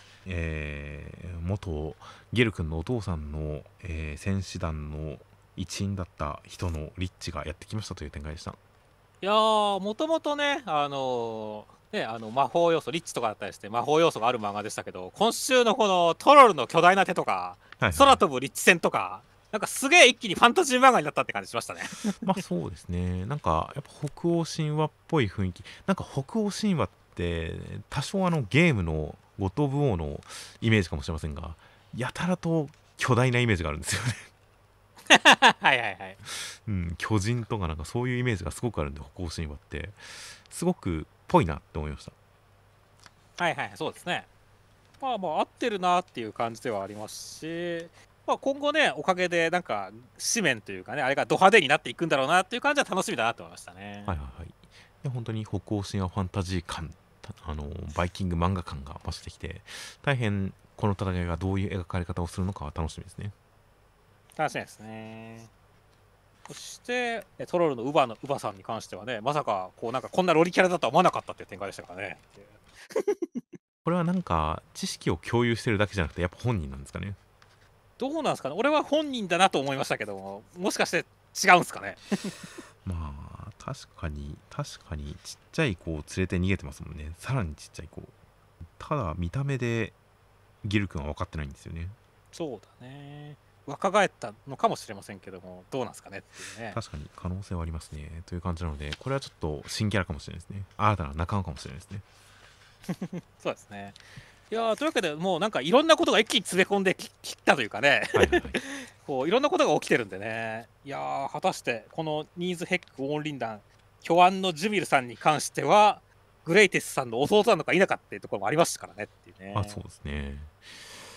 元ゲル君のお父さんの、戦士団の一員だった人のリッチがやってきましたという展開でした。 いやー、もともとね、魔法要素、リッチとかだったりして魔法要素がある漫画でしたけど、今週のこのトロルの巨大な手とか、 はいはい、 空飛ぶリッチ戦とか、なんかすげえ一気にファンタジー漫画になったって感じしましたね。 まあそうですね。なんかやっぱ北欧神話っぽい雰囲気。なんか北欧神話って多少ゲームのゴッド・オブ・ウォーのイメージかもしれませんが、やたらと巨大なイメージがあるんですよね。 はいはいはい。 巨人とかなんかそういうイメージがすごくあるんで、北欧神話ってすごくぽいなって思いました。 はいはい、そうですね。まあまあ合ってるなっていう感じではありますし、まあ、今後ね、おかげでなんか紙面というかね、あれがド派手になっていくんだろうなっていう感じは楽しみだなと思いましたね。 はいはいはい。いや本当に北欧神話ファンタジー感、バイキング漫画感が増してきて、大変この戦いがどういう描かれ方をするのかは楽しみですね。 楽しみですね。そしてトロルのウバさんに関してはね、まさかこうなんかこんなロリキャラだとは思わなかったっていう展開でしたからね。 これはなんか知識を共有してるだけじゃなくてやっぱ本人なんですかね。 どうなんですかね。俺は本人だなと思いましたけども、もしかして違うんですかね。 まあ確かにちっちゃい子を連れて逃げてますもんね。さらにちっちゃい子。ただ見た目でギル君は分かってないんですよね。 そうだね。若返ったのかもしれませんけども、どうなんですかねっていうね。 確かに可能性はありますね。という感じなので、これはちょっと新キャラかもしれないですね。新たな仲間かもしれないですね。 そうですね。いやー、というわけでもうなんかいろんなことが一気に詰め込んできたというかね、 はいはいはい。 こういろんなことが起きてるんでね、いやー、果たしてこのニーズヘック黄輪団巨案のジュビルさんに関してはグレイテスさんの弟なのか否かっていうところもありましたからねっていうね。 そうですね。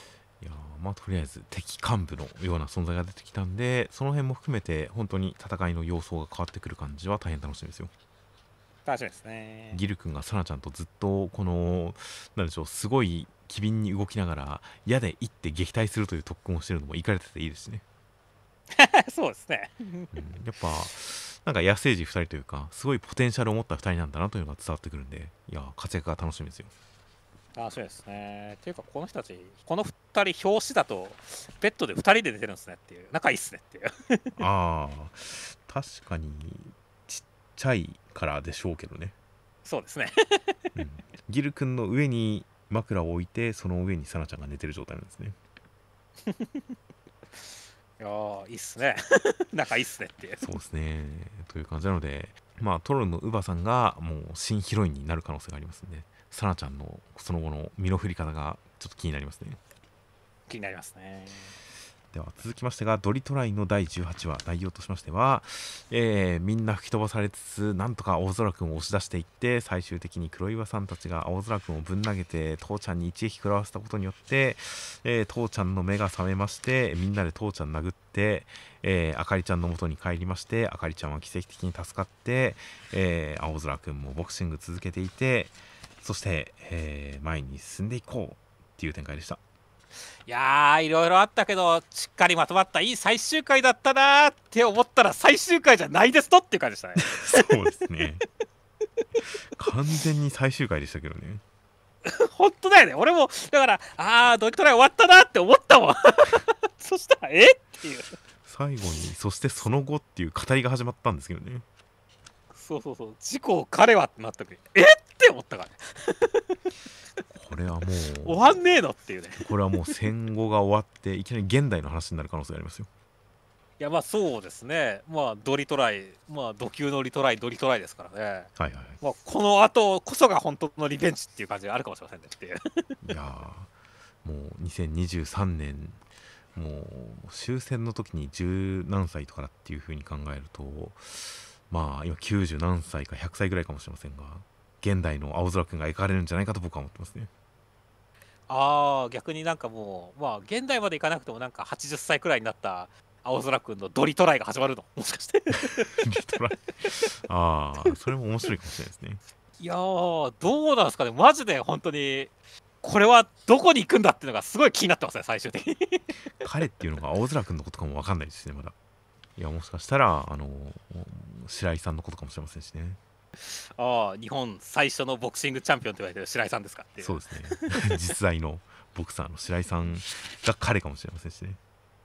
いやまあとりあえず敵幹部のような存在が出てきたんで、その辺も含めて本当に戦いの様相が変わってくる感じは大変楽しみですよ。 楽しみですね。 ギル君がサナちゃんとずっとこのなんでしょう、すごい機敏に動きながら矢で一って撃退するという特訓をしてるのもいかれてていいですしね。 そうですね。 やっぱなんか野生児2人というかすごいポテンシャルを持った2人なんだなというのが伝わってくるんで、いや活躍が楽しみですよ。 楽しみですね。っていうか、この人たち、この2人、表紙だと、ベッドで2人で出てるんですねっていう、仲いいっすねっていう。 ああ確かにちっちゃいからでしょうけどね。 そうですね。 ギル君の上に枕を置いてその上にサナちゃんが寝てる状態なんですね。 いやー、いいっすね。仲いいっすねっていう。 そうですねという感じなので、まあトロのウバさんがもう新ヒロインになる可能性がありますんで、サナちゃんのその後の身の振り方がちょっと気になりますね。 気になりますね。 では続きましてがドリトライの第18話、内容としましては、みんな吹き飛ばされつつなんとか青空くんを押し出していって、最終的に黒岩さんたちが青空くんをぶん投げて父ちゃんに一撃食らわせたことによって、父ちゃんの目が覚めまして、みんなで父ちゃん殴って、あかりちゃんの元に帰りまして、あかりちゃんは奇跡的に助かって、青空くんもボクシング続けていて、そして、前に進んでいこうっていう展開でした。 いやー、いろいろあったけど、しっかりまとまったいい最終回だったなーって思ったら、最終回じゃないですとっていう感じでしたね。 そうですね完全に最終回でしたけどね。 本当だよね。俺も、だから、ドリトライ終わったなって思ったもん。そしたら、っていう。 最後にそしてその後っていう語りが始まったんですけどね。 そうそうそう。事故を彼はってなった時、って思ったからね。 これはもう終わんねえのっていうね。 これはもう戦後が終わっていきなり現代の話になる可能性がありますよ。 いや、まあそうですね。まあドリトライ、まあド級のリトライ、ドリトライですからね。 はいはい、 まあ、この後こそが本当のリベンジっていう感じがあるかもしれませんねっていう。 いやもう2023年もう終戦の時に十何歳とかだっていう風に考えると、まあ今90何歳か100歳ぐらいかもしれませんが、現代の青空くんが描かれるんじゃないかと僕は思ってますね。 逆になんかもう、まあ現代までいかなくてもなんか80歳くらいになった青空くんのドリトライが始まるのもしかして。 リトライそれも面白いかもしれないですね。 いやー、どうなんですかね。マジで本当にこれはどこに行くんだっていうのがすごい気になってますね、最終的に。 彼っていうのが青空くんのことかも分かんないですしね、まだ。いやもしかしたら白井さんのことかもしれませんしね。 日本最初のボクシングチャンピオンと言われてる白井さんですかっていう。 そうですね実在のボクサーの白井さんが彼かもしれませんしね。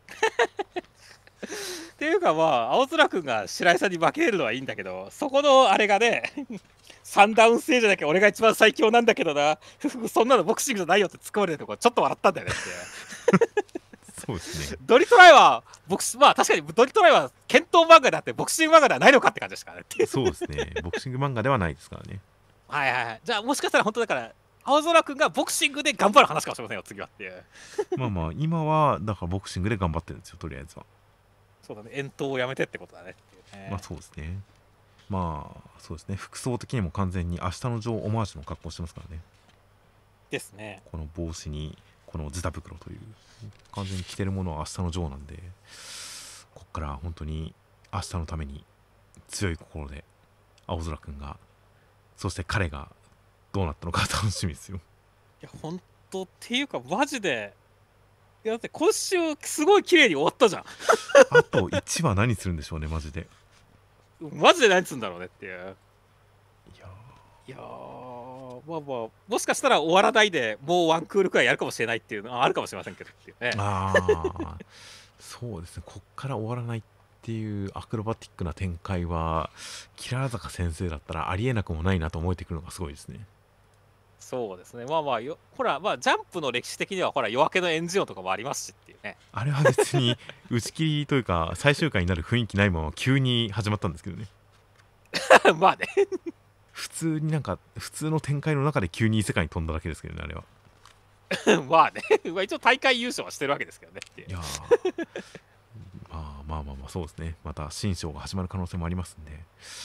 っていうかまあ青空くんが白井さんに負けるのはいいんだけど、そこのあれがね3ダウン制じゃなきゃ俺が一番最強なんだけどなそんなのボクシングじゃないよって突っ込まれるとこちょっと笑ったんだよねってそうですね。 ドリトライはまあ確かにドリトライは剣闘漫画であってボクシング漫画ではないのかって感じですからねっていう。 そうですね。ボクシング漫画ではないですからね。 はいはいはい。じゃあもしかしたら本当だから青空くんがボクシングで頑張る話かもしれませんよ次はっていう。 まあまあ今はだからボクシングで頑張ってるんですよ、とりあえずは。 そうだね、遠投をやめてってことだねっていうね。 まあそうですね。まあそうですね。服装的にも完全に明日のジョーオマージュの格好してますからね。 ですね。 この帽子にこのズタ袋という完全に着てるものは明日のジョーなんで、こっから本当に明日のために強い心で青空くんが、そして彼がどうなったのか楽しみですよ。 いや本当っていうかマジで、いやだって今週すごい綺麗に終わったじゃん。 あと1話何するんでしょうね、マジで。 マジで何するんだろうねっていう。 いやいやー、まあまあもしかしたら終わらないでもうワンクールくらいやるかもしれないっていうのはあるかもしれませんけどっていうね。 そうですね。こっから終わらないっていうアクロバティックな展開はキララ坂先生だったらありえなくもないなと思えてくるのがすごいですね。 そうですね。まあまあほらまあジャンプの歴史的にはほら夜明けのエンジン音とかもありますしっていうね。 あれは別に打ち切りというか最終回になる雰囲気ないまま急に始まったんですけどね。 まあね普通になんか普通の展開の中で急に異世界に飛んだだけですけどね、あれは。 まあねまあ一応大会優勝はしてるわけですけどねっていう。 いやまあそうですね。また新章が始まる可能性もありますんで、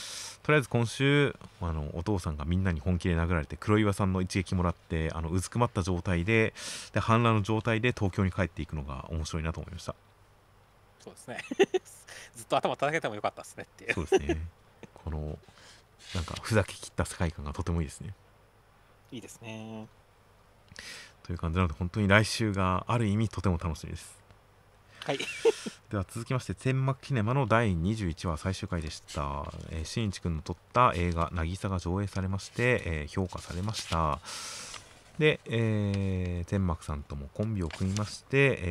とりあえず今週お父さんがみんなに本気で殴られて黒岩さんの一撃もらってうずくまった状態で反乱の状態で東京に帰っていくのが面白いなと思いました。 そうですね。ずっと頭叩けてもよかったですねっていう。 そうですね。このなんかふざけきった世界観がとてもいいですね。 いいですね。 という感じなので本当に来週がある意味とても楽しみです。 はい。 では続きまして天幕キネマの第21話最終回でした。新一くんの撮った映画「渚」が上映されまして、評価されました。で、天幕さんともコンビを組みまして、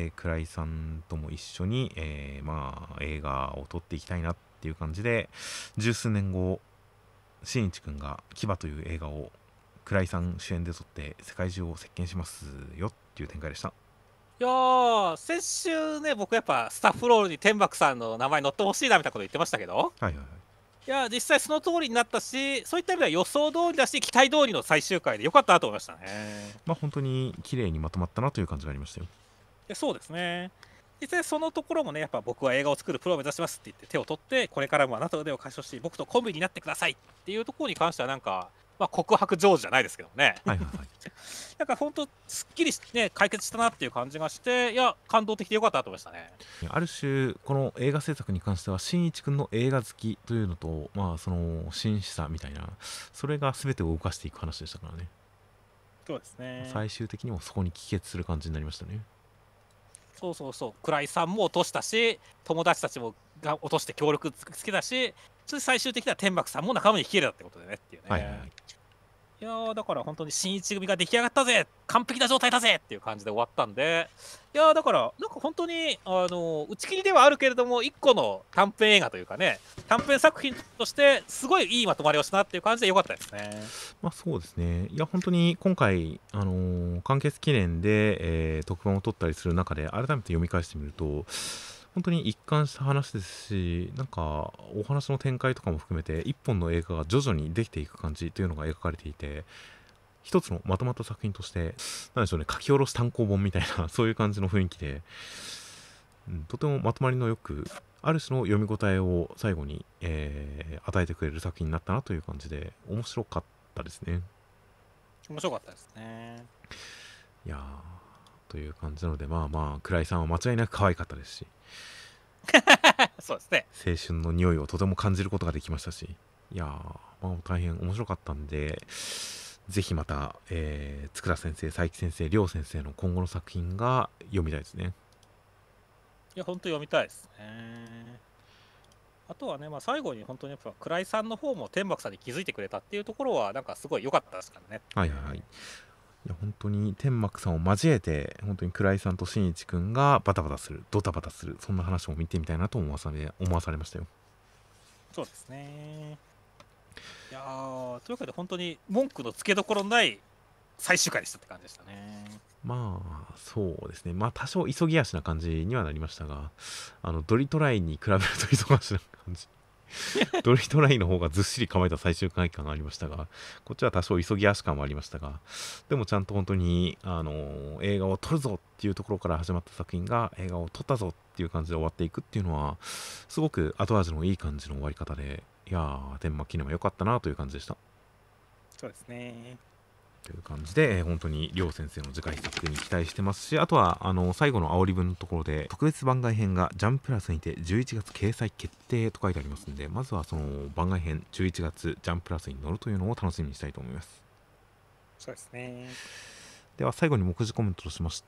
倉井さんとも一緒に、映画を撮っていきたいなっていう感じで十数年後新一くんが「牙」という映画を倉井さん主演で撮って世界中を席巻しますよっていう展開でした。 いやー、先週ね、僕やっぱスタッフロールに天幕さんの名前載ってほしいなみたいなこと言ってましたけど、 はいはいはい。 いやー、実際その通りになったし、そういった意味では予想通りだし、期待通りの最終回でよかったなと思いましたね。 本当に綺麗にまとまったなという感じがありましたよ。 そうですね。実際そのところもね、やっぱ僕は映画を作るプロを目指しますって言って手を取って、これからもあなたの腕を貸しし、僕とコンビになってくださいっていうところに関してはなんか、告白上手じゃないですけどね。 はいはいはい。 なんか本当すっきりね、解決したなっていう感じがして、いや、感動的でよかったなと思いましたね。 ある種この映画制作に関しては新一くんの映画好きというのとその真摯さみたいなそれが全てを動かしていく話でしたからね。 そうですね。 最終的にもそこに帰結する感じになりましたね。 そうそうそう、倉井さんも落としたし、友達たちもが落として協力つけたし、それで最終的には天幕さんも仲間に引き入れたってことでねっていうね。 はいはいはい。 いやー、だから本当に新一組が出来上がったぜ、完璧な状態だぜっていう感じで終わったんで、いやー、だからなんか本当に打ち切りではあるけれども、一個の短編映画というかね、短編作品としてすごいいいまとまりをしたなっていう感じでよかったですね。 そうですね。いや本当に今回完結記念で、特番を撮ったりする中で改めて読み返してみると本当に一貫した話ですし、なんかお話の展開とかも含めて一本の映画が徐々にできていく感じというのが描かれていて、一つのまとまった作品としてなんでしょうね、書き下ろし単行本みたいなそういう感じの雰囲気で、とてもまとまりのよくある種の読み応えを最後に、与えてくれる作品になったなという感じで面白かったですね。 面白かったですね。 いやーという感じなので倉井さんは間違いなく可愛かったですしそうですね。 青春の匂いをとても感じることができましたし、いやー、大変面白かったんで、ぜひまた、佃先生、佐伯先生、梁先生の今後の作品が読みたいですね。 いや、本当読みたいですね。あとはね、最後に本当にやっぱ倉井さんの方も天幕さんに気づいてくれたっていうところは、なんかすごい良かったですからね。 はいはいはい。いや本当に天幕さんを交えて本当に倉井さんと新一くんがバタバタするドタバタするそんな話も見てみたいなと思わされましたよ。 そうですね。いやー、というわけで本当に文句のつけどころのない最終回でしたって感じでしたね。 そうですね。多少急ぎ足な感じにはなりましたが、ドリトライに比べると急足な感じ。ドリトライの方がずっしり構えた最終回感がありましたが、こっちは多少急ぎ足感もありましたが、でもちゃんと本当に、映画を撮るぞっていうところから始まった作品が映画を撮ったぞっていう感じで終わっていくっていうのは、すごく後味のいい感じの終わり方で、いやー、天幕記念は良かったなという感じでした。 そうですね。 という感じで、本当に梁先生の次回作に期待してますし、あとは最後の煽り文のところで特別番外編がジャンププラスにて11月掲載決定と書いてありますので、まずはその番外編11月ジャンププラスに載るというのを楽しみにしたいと思います。 そうですね。 では最後に目次コメントとしまして、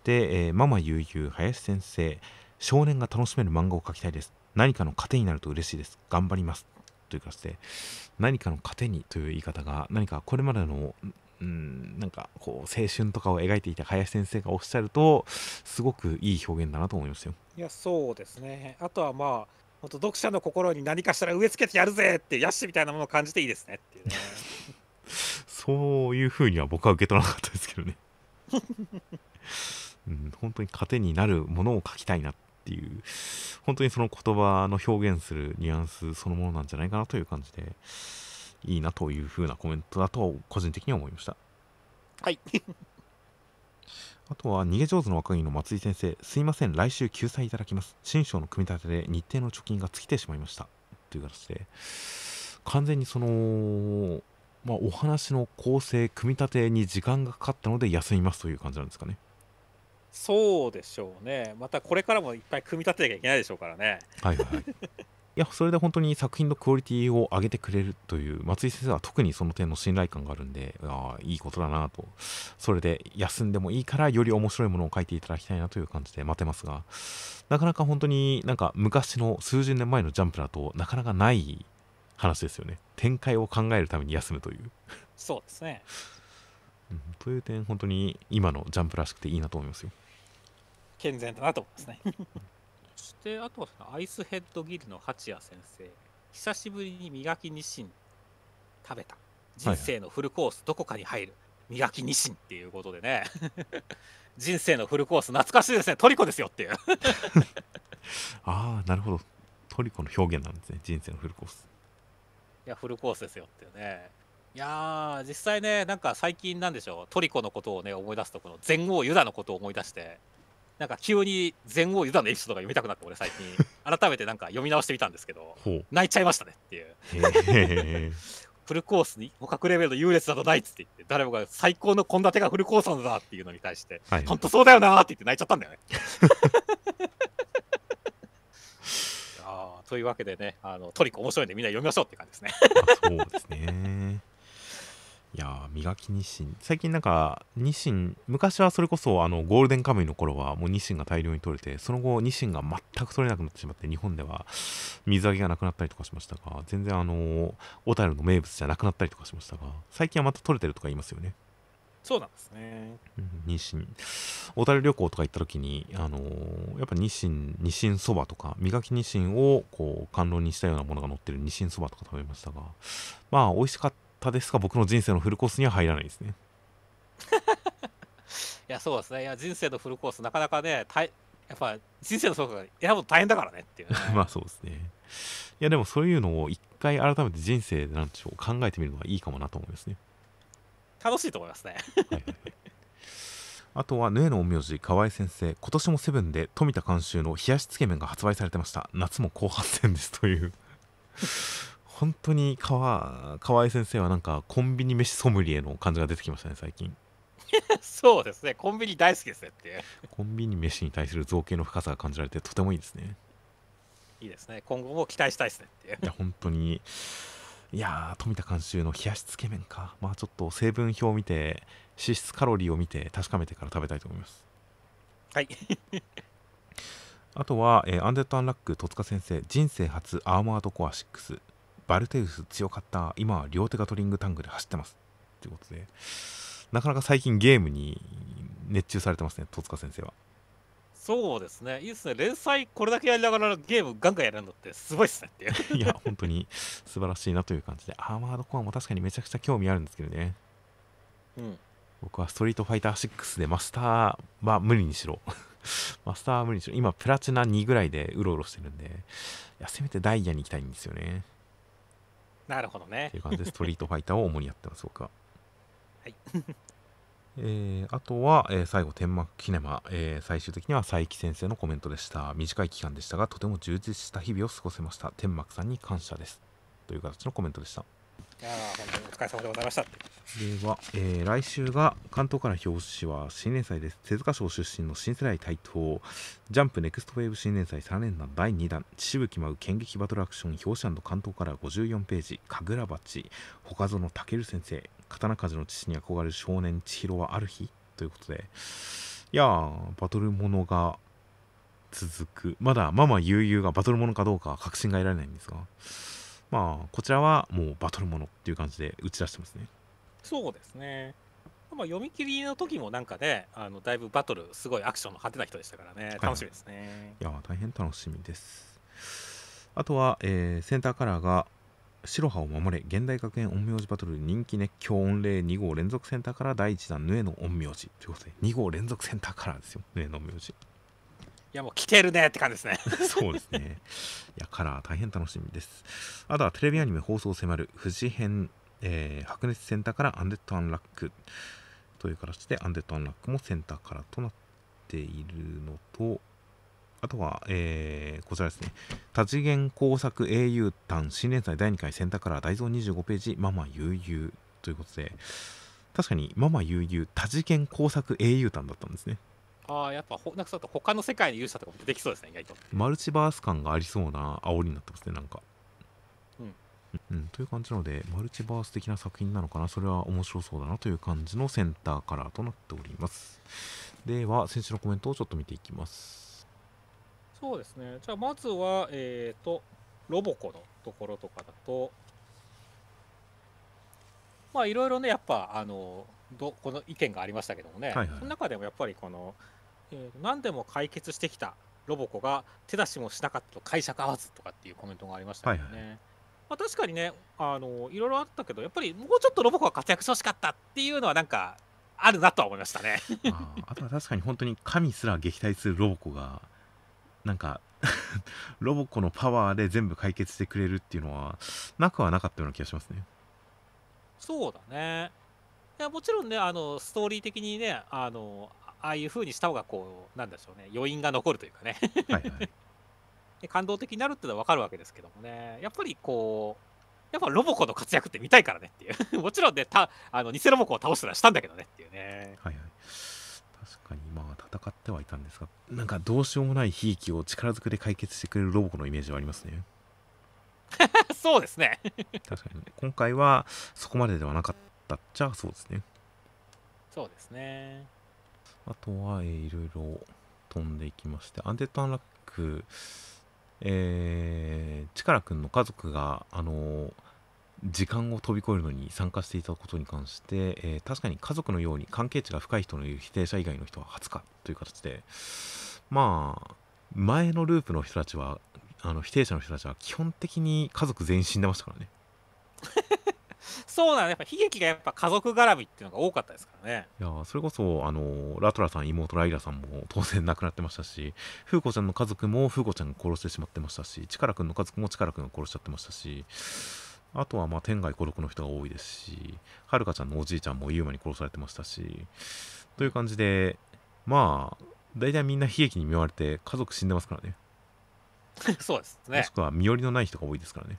ママ悠々林先生、少年が楽しめる漫画を描きたいです。何かの糧になると嬉しいです。頑張りますという形で、何かの糧にという言い方が何かこれまでのなんかこう青春とかを描いていた林先生がおっしゃるとすごくいい表現だなと思いましたよ。 いや、そうですね。あとは本当読者の心に何かしら植え付けてやるぜっていうヤッシュみたいなものを感じていいですねっていうね。 そういう風には僕は受け取らなかったですけどね。本当に糧になるものを書きたいなっていう、本当にその言葉の表現するニュアンスそのものなんじゃないかなという感じで、いいなという風なコメントだと個人的には思いました。 はい。 あとは逃げ上手の若木の松井先生、すいません、来週救済いただきます。新章の組み立てで日程の貯金が尽きてしまいましたという形で、 完全にお話の構成組み立てに時間がかかったので休みますという感じなんですかね。 そうでしょうね。またこれからもいっぱい組み立てなきゃいけないでしょうからね。 はいはいはい。いや、それで本当に作品のクオリティを上げてくれるという、松井先生は特にその点の信頼感があるんで、いいことだなと。それで休んでもいいからより面白いものを書いていただきたいなという感じで待てますが、なかなか本当になんか昔の数十年前のジャンプだとなかなかない話ですよね。展開を考えるために休むという。 そうですね。 という点、本当に今のジャンプらしくていいなと思いますよ。 健全だなと思いますね。そしてあとはアイスヘッドギルの八谷先生、久しぶりに磨きニシン食べた。人生のフルコースどこかに入る。磨きニシンっていうことでね。人生のフルコース懐かしいですね。トリコですよっていう。 ああ、なるほど。トリコの表現なんですね。人生のフルコース。 いや、フルコースですよっていうね。いやー、実際ね、なんか最近なんでしょう、トリコのことをね、思い出すと、この禅王ユダのことを思い出して、なんか急に禅王ユダのエピソードが読みたくなって、俺最近、改めてなんか読み直してみたんですけど、 ほう。 泣いちゃいましたねっていう。 へえ。 フルコースに互角レベルの優劣などないっつって言って、誰もが最高の献立がフルコースなんだっていうのに対して、 はい。 本当そうだよなーって言って泣いちゃったんだよね。というわけでね、トリコ面白いんでみんな読みましょうって感じですね。 そうですね。いやー、磨きニシン。最近なんか、ニシン、昔はそれこそゴールデンカムイの頃はもうニシンが大量に取れて、その後ニシンが全く取れなくなってしまって、日本では水揚げがなくなったりとかしましたが、全然小樽の名物じゃなくなったりとかしましたが、最近はまた取れてるとか言いますよね。 そうなんですね。 ニシン。小樽旅行とか行った時に、やっぱニシンそばとか、磨きニシンをこう甘露にしたようなものが乗ってるニシンそばとか食べましたが、まあ美味しかったですが、僕の人生のフルコースには入らないですね。 いや、そうですね。いや、人生のフルコース、なかなかね、やっぱ人生の総括が選ぶの大変だからねっていうね。 まあそうですね。いやでもそういうのを一回改めて人生でなんでしょう、考えてみるのがいいかもなと思いますね。 楽しいと思いますね。 はいはいはい。あとは、ヌエの陰陽師、河合先生。今年もセブンで富田監修の冷やしつけ麺が発売されてました。夏も後半戦ですという。本当に河合先生はなんかコンビニ飯ソムリエの感じが出てきましたね、最近。 そうですね。コンビニ大好きですねっていう。 コンビニ飯に対する造形の深さが感じられてとてもいいですね。 いいですね。今後も期待したいですねっていう。 いや、本当に。いやー、富田監修の冷やしつけ麺か。まあちょっと成分表を見て、脂質カロリーを見て確かめてから食べたいと思います。 はい。 あとは、アンデッド・アンラック戸塚先生、人生初アーマードコア6、バルテウス強かった、今は両手がトリングタングで走ってます。ということで、なかなか最近ゲームに熱中されてますね、戸塚先生は。 そうですね。いいですね。連載これだけやりながらゲームガンガンやるのってすごいっすねっていう。 いや、本当に素晴らしいなという感じで、アーマードコアも確かにめちゃくちゃ興味あるんですけどね。 うん。 僕はストリートファイター6でマスターは無理にしろ。マスターは無理にしろ。今、プラチナ2ぐらいでうろうろしてるんで、いや、せめてダイヤに行きたいんですよね。 なるほどねっていう。感じで、ストリートファイターを主にやってます、僕は。 はい。 あとは、最後、天幕キネマ、最終的には佐伯先生のコメントでした。短い期間でしたが、とても充実した日々を過ごせました。天幕さんに感謝です。という形のコメントでした。 いやー本当にお疲れ様でございました。 では、来週が関東から表紙は新連載です。手塚賞出身の新世代台頭、ジャンプネクストウェーブ新連載3連弾第2弾、血吹舞う剣撃バトルアクション表紙関東から54ページ、神楽鉢、他園健先生、刀鍛冶の父に憧れる少年千尋はある日ということで、いやー、バトルものが続く。まだママ悠々がバトルものかどうか確信が得られないんですが、まあ、こちらはもうバトルものっていう感じで打ち出してますね。 そうですね。まあ、読み切りの時もなんかね、だいぶバトル、すごいアクションの派手な人でしたからね、楽しみですね。 いや、大変楽しみです。あとは、センターカラーが白羽を守れ現代学園陰陽師バトル人気熱狂御礼2号連続センターカラー第1弾ヌエの陰陽師ということで2号連続センターカラーですよ、ヌエの陰陽師。 いや、もう来てるねって感じですね。 そうですね。いや、カラー大変楽しみです。あとはテレビアニメ放送迫る富士編、白熱センターからアンデッド・アンラックという形でアンデッド・アンラックもセンターカラーとなっているのと、 あとは、こちらですね。多次元工作英雄譚新連載第2回センターカラー大蔵25ページママ悠々ということで、確かにママ悠々多次元工作英雄譚だったんですね。 ああ、やっぱなんかそうだと他の世界の勇者とかも出てきそうですね、意外と。 マルチバース感がありそうな煽りになってますね、なんか。という感じなので、マルチバース的な作品なのかな、それは面白そうだなという感じのセンターカラーとなっております。では、先週のコメントをちょっと見ていきます。 そうですね。じゃあ、まずは、ロボコのところとかだと、まあ、いろいろね、やっぱ、この意見がありましたけどもね、 はいはい。 その中でもやっぱり何でも解決してきたロボコが手出しもしなかったと解釈合わずとかっていうコメントがありましたけどね。まあ、確かにね、いろいろあったけど、やっぱりもうちょっとロボコが活躍してほしかったっていうのはなんかあるなとは思いましたね。 あとは確かに本当に神すら撃退するロボコが、なんかロボコのパワーで全部解決してくれるっていうのは、なくはなかったような気がしますね。 そうだね。いやもちろんね、ストーリー的にね、ああいう風にした方がなんでしょうね、余韻が残るというかね、 はいはい。 で感動的になるっていうのは分かるわけですけどもね、やっぱりやっぱロボコの活躍って見たいからねっていう、もちろんね、偽ロボコを倒したらしたんだけどねっていうね。 はいはい。確かにまあ戦ってはいたんですが、なんかどうしようもない悲劇を力ずくで解決してくれるロボコのイメージはありますね。 そうですね。 確かに今回はそこまでではなかったっちゃそうですね。 そうですね。 あとは、いろいろ飛んでいきまして、アンデッド・アンラック、チカラ君の家族が、時間を飛び越えるのに参加していたことに関して、確かに家族のように関係値が深い人のいる否定者以外の人は初かという形で、まあ、前のループの人たちは、否定者の人たちは基本的に家族全員死んでましたからね。 そうなの、やっぱ悲劇がやっぱ家族絡みっていうのが多かったですからね。 いやそれこそラトラさん妹ライラさんも当然亡くなってましたし、フーコちゃんの家族もフーコちゃんが殺してしまってましたし、チカラ君の家族もチカラ君が殺しちゃってましたし、あとはまあ天涯孤独の人が多いですし、はるかちゃんのおじいちゃんもユーマに殺されてましたし、という感じで、まあ大体みんな悲劇に見舞われて家族死んでますからね。 そうですね。 もしくは身寄りのない人が多いですからね。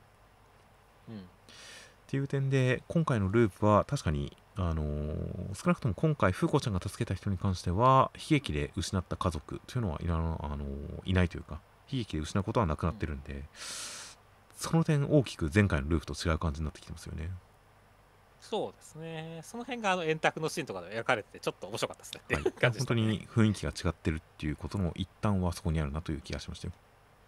っていう点で今回のループは確かに、少なくとも今回フーコちゃんが助けた人に関しては悲劇で失った家族というのはいないというか、悲劇で失うことはなくなってるんで、その点大きく前回のループと違う感じになってきてますよね。 そうですね。その辺が円卓のシーンとかで描かれてちょっと面白かったですねっていう感じでしたね。 本当に雰囲気が違ってるっていうことの一端はそこにあるなという気がしましたよ。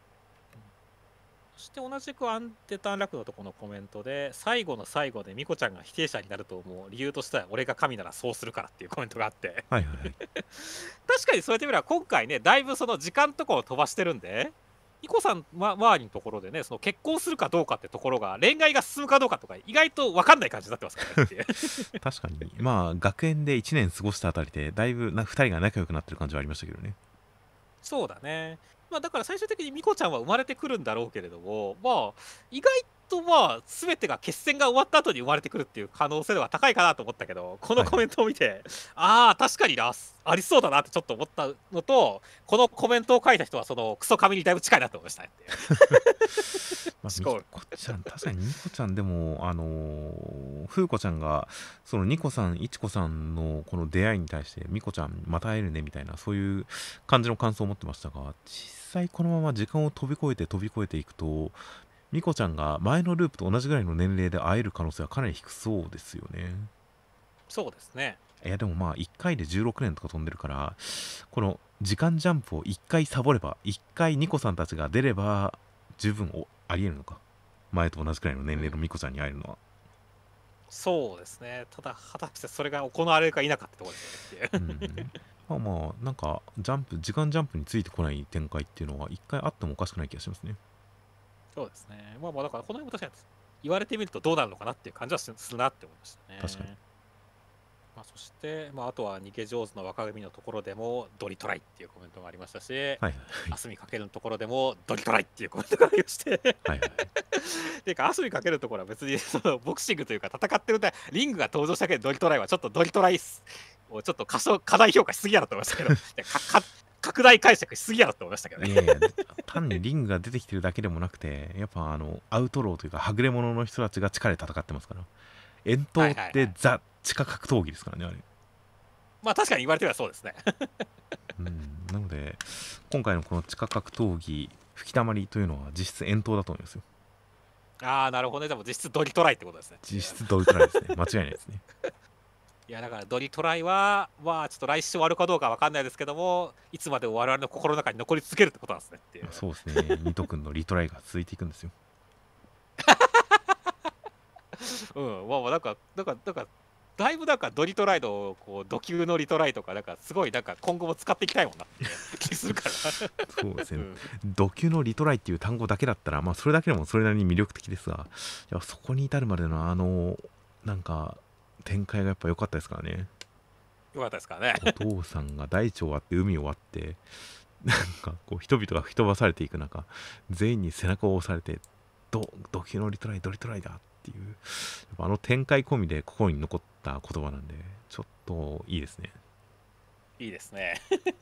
そして同じくアンデタンラクのところのコメントで、最後の最後でミコちゃんが否定者になると思う理由としては、俺が神ならそうするからっていうコメントがあって、 はいはいはい。 確かにそうやってみれば、今回ね、だいぶその時間とかを飛ばしてるんで、ミコさん周りのところでね、その結婚するかどうかってところが、恋愛が進むかどうかとか、意外と分かんない感じになってますからねっていう。 確かにまあ学園で1年過ごしたあたりでだいぶ2人が仲良くなってる感じはありましたけどね。 そうだね。まあ、だから最終的にミコちゃんは生まれてくるんだろうけれども、まあ、意外と全てが決戦が終わった後に生まれてくるっていう可能性は高いかなと思ったけど、このコメントを見て、ああ、確かにな、ありそうだなってちょっと思ったのと、このコメントを書いた人はそのクソ神にだいぶ近いなと思いましたねっていう。 まあ、ミコちゃん、確かにニコちゃんでも、フーコちゃんが、そのニコさん、イチコさんのこの出会いに対して、ミコちゃん、また会えるねみたいな、そういう感じの感想を持ってましたが、実際このまま時間を飛び越えていくと、ミコちゃんが前のループと同じぐらいの年齢で会える可能性はかなり低そうですよね。 そうですね。 いや、でもまあ、1回で16年とか飛んでるから、この時間ジャンプを1回サボれば、1回ニコさんたちが出れば、十分ありえるのか。前と同じくらいの年齢のミコちゃんに会えるのは。 そうですね。ただ、果たしてそれが行われるか否かってところですよねっていう。 まあまあ、なんか、時間ジャンプについてこない展開っていうのは、1回あってもおかしくない気がしますね。 そうですね。まあだから、この辺も確かに言われてみるとどうなるのかなっていう感じはするなって思いましたね。 確かに。 そして、あとは逃げ上手の若組のところでもドリトライっていうコメントがありましたし、アスミかけるのところでもドリトライっていうコメントがありまして、ていうか、アスミかけるところは別にそのボクシングというか戦ってるリングが登場したけどドリトライはちょっとドリトライをちょっと過大評価しすぎやろと思いましたけど、か拡大解釈しすぎやろって思いましたけどね。 いやいや、単にリングが出てきてるだけでもなくて、やっぱアウトローというか、はぐれ者の人たちが力で戦ってますから。遠闘ってザ・地下格闘技ですからね、あれ。 まあ確かに言われてみればそうですね。 なので、今回のこの地下格闘技、吹き溜まりというのは実質遠闘だと思いますよ。 ああ、なるほどね。でも実質ドリトライってことですね。 実質ドリトライですね。間違いないですね。 いやだからドリトライは、まあちょっと来週終わるかどうかわかんないですけども、いつまでも我々の心の中に残り続けるってことなんですねっていう。 そうですね。ニト君のリトライが続いていくんですよ。 まあだいぶなんかドリトライのこうド級のリトライとか、なんかすごいなんか今後も使っていきたいもんなって気するから。 そうですね。ド級のリトライっていう単語だけだったら、まあそれだけでもそれなりに魅力的ですが、いやそこに至るまでのなんか展開がやっぱ良かったですからね。 よかったですからね。 お父さんが大地を割って海を割って、なんかこう人々が吹き飛ばされていく中、全員に背中を押されて、ド級のリトライ、ドリトライだっていう、やっぱ展開込みで心に残った言葉なんで、ちょっといいですね。 いいですね。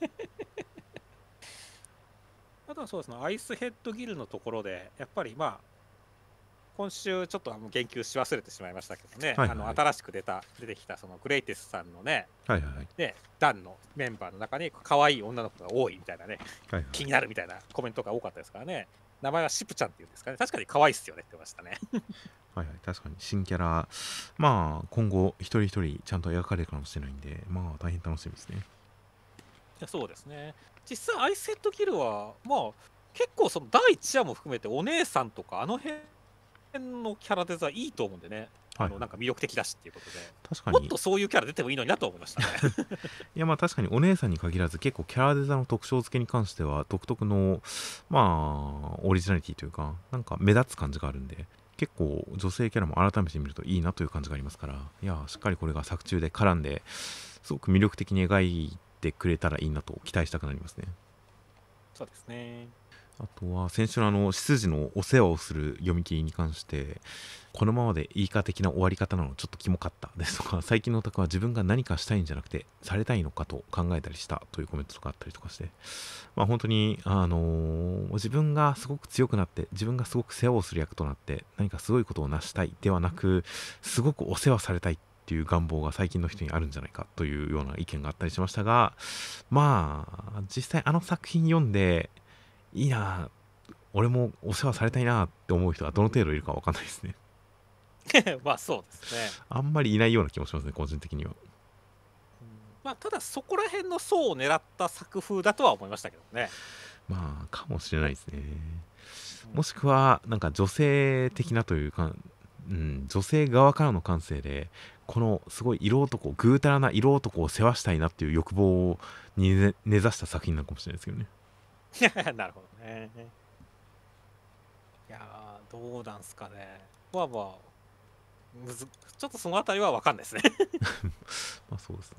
あとはそうですね、アイスヘッドギルのところで、やっぱりまあ、今週ちょっと言及し忘れてしまいましたけどね、 はいはい新しく出てきたそのグレイテスさんのね、 はいはいはい。 ね、ダンのメンバーの中に可愛い女の子が多いみたいなね、 はいはい、 気になるみたいなコメントが多かったですからね、名前はシプちゃんっていうんですかね、確かに可愛いっすよねって言ってましたね。 はいはい、確かに新キャラ、まあ今後一人一人ちゃんと描かれるかもしれないんで、まあ大変楽しみですね。 いやそうですね。実際アイスヘッドギルは、まあ結構その第1話も含めてお姉さんとかあの辺のキャラデザいいと思うんでね、 はい、 なんか魅力的だしっていうことで、 確かにもっとそういうキャラ出てもいいのになと思いましたね。 いやまあ確かにお姉さんに限らず結構キャラデザの特徴付けに関しては独特のまあオリジナリティというかなんか目立つ感じがあるんで結構女性キャラも改めて見るといいなという感じがありますから、いやしっかりこれが作中で絡んですごく魅力的に描いてくれたらいいなと期待したくなりますね。 そうですね。 あとは先週の執事のお世話をする読み切りに関してこのままでいいか的な終わり方なのちょっとキモかったですとか、最近のオタクは自分が何かしたいんじゃなくてされたいのかと考えたりしたというコメントとかあったりとかして、まあ本当に自分がすごく強くなって自分がすごく世話をする役となって何かすごいことを成したいではなく、すごくお世話されたいっていう願望が最近の人にあるんじゃないかというような意見があったりしましたが、まあ実際作品読んでいいな俺もお世話されたいなって思う人がどの程度いるかわかんないですね。 まあそうですね。 あんまりいないような気もしますね、個人的には。 まあただそこら辺の層を狙った作風だとは思いましたけどね。 まあ、かもしれないですね。もしくは、なんか女性的なというか、女性側からの感性で、このすごい色男、ぐうたらな色男を世話したいなっていう欲望に根ざした作品なのかもしれないですけどね。 なるほどね。いやー、どうなんすかね。まあまあ、ちょっとそのあたりは分かんないですね。 まあそうですね。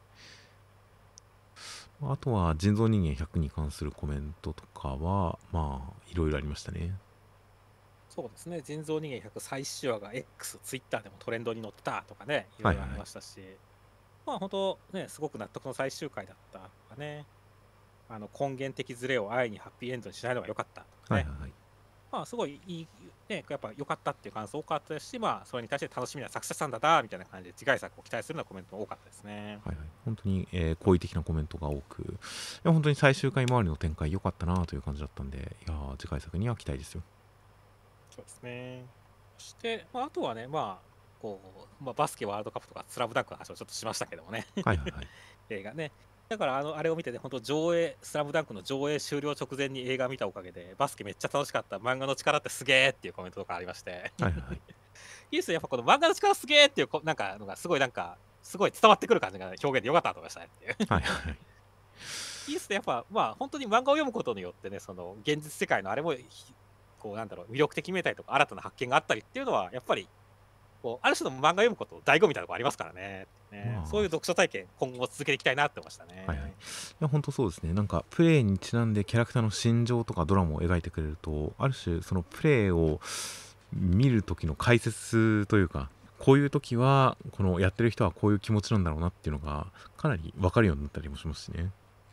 あとは人造人間100に関するコメントとかは、まあ、いろいろありましたね。 そうですね、人造人間100最終話が X、ツイッターでもトレンドに乗ってたとかね、いろいろありましたし、まあ本当ね、すごく納得の最終回だったとかね、根源的ズレを愛にハッピーエンドにしないのが良かったとかね、まあすごいいい、ね、やっぱ良かったっていう感想多かったですし、まあそれに対して楽しみな作者さんだなみたいな感じで次回作を期待するようなコメントも多かったですね。 はいはい、本当に、好意的なコメントが多く、いや本当に最終回周りの展開良かったなという感じだったんで、いや次回作には期待ですよ。 そうですね。そして、まあ、あとはね、まあ、バスケワールドカップとかスラムダンクの話をちょっとしましたけどもね。 はいはいはい。 映画ね。だからあれを見てね、本当スラムダンクの上映終了直前に映画見たおかげで、バスケめっちゃ楽しかった、漫画の力ってすげーっていうコメントとかありまして、 はいはいはい。 いいですね、やっぱこの漫画の力すげーっていうなんかのがすごいすごい伝わってくる感じが表現でよかったと思いましたねっていう。 はいはい。 いいですね、やっぱまあ本当に漫画を読むことによってね、その現実世界のあれも魅力的見えたりとか新たな発見があったりっていうのはやっぱりある種の漫画読むこと醍醐味みたいなとこありますからね。まあ、そういう読書体験今後も続けていきたいなって思いましたね。 はいはい。いや本当そうですね。なんかプレイにちなんでキャラクターの心情とかドラマを描いてくれると、ある種そのプレイを見る時の解説というか、こういう時はこのやってる人はこういう気持ちなんだろうなっていうのがかなり分かるようになったりもしますしね。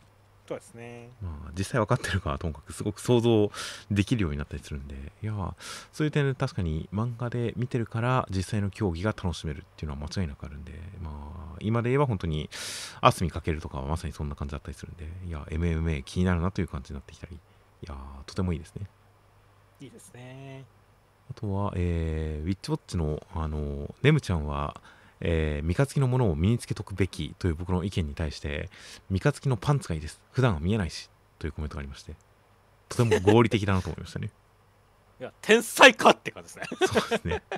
そうですね。 まあ、実際分かってるかはともかくすごく想像できるようになったりするんで、いやそういう点で確かに漫画で見てるから実際の競技が楽しめるっていうのは間違いなくあるんで、まあ今で言えば本当に渥美翔とかはまさにそんな感じだったりするんで、いや MMA 気になるなという感じになってきたり、いやとてもいいですね。 いいですね。 あとは、ウィッチウォッチの、ネムちゃんは、三日月のものを身につけとくべきという僕の意見に対して、三日月のパンツがいいです。普段は見えないし、というコメントがありまして、とても合理的だなと思いましたね。 いや、天才かって感じですね。 そうですね。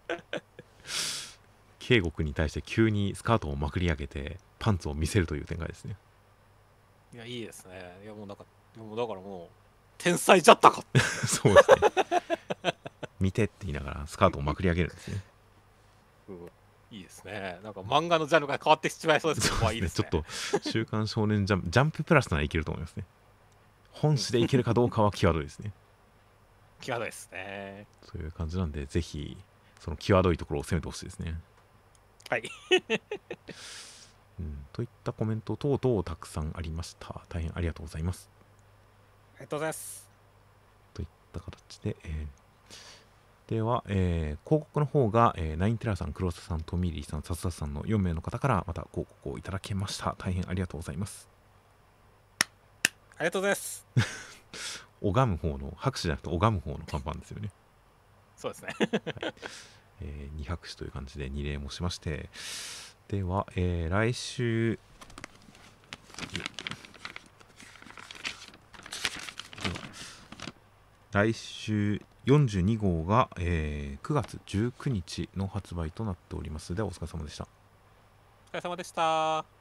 圭吾君に対して急にスカートをまくり上げて、パンツを見せるという展開ですね。 いや、いいですね。いや、もうなんか、もうだからもう、天才じゃったか。 そうですね。見てって言いながらスカートをまくり上げるんですね。 うん、いいですね。なんか漫画のジャンルが変わってしまいそうですけど、まあいいですね。 ちょっと、週刊少年ジャンププラスならいけると思いますね。本誌でいけるかどうかは際どいですね。 際どいですね。 そういう感じなんで、ぜひ、その際どいところを攻めてほしいですね。 はい。 といったコメント等々たくさんありました。大変ありがとうございます。 ありがとうございます。 といった形で、では、広告の方が、ナインテラさん、黒瀬さん、トミーリーさん、サスサさんの4名の方からまた広告をいただけました。大変ありがとうございます。 ありがとうございます。 拝む方の、拍手じゃなくて拝む方の看板ですよね。 そうですね。 はい2拍手という感じで2礼もしまして、では、来週、来週42号が、9月19日の発売となっております。ではお疲れ様でした。 お疲れ様でした。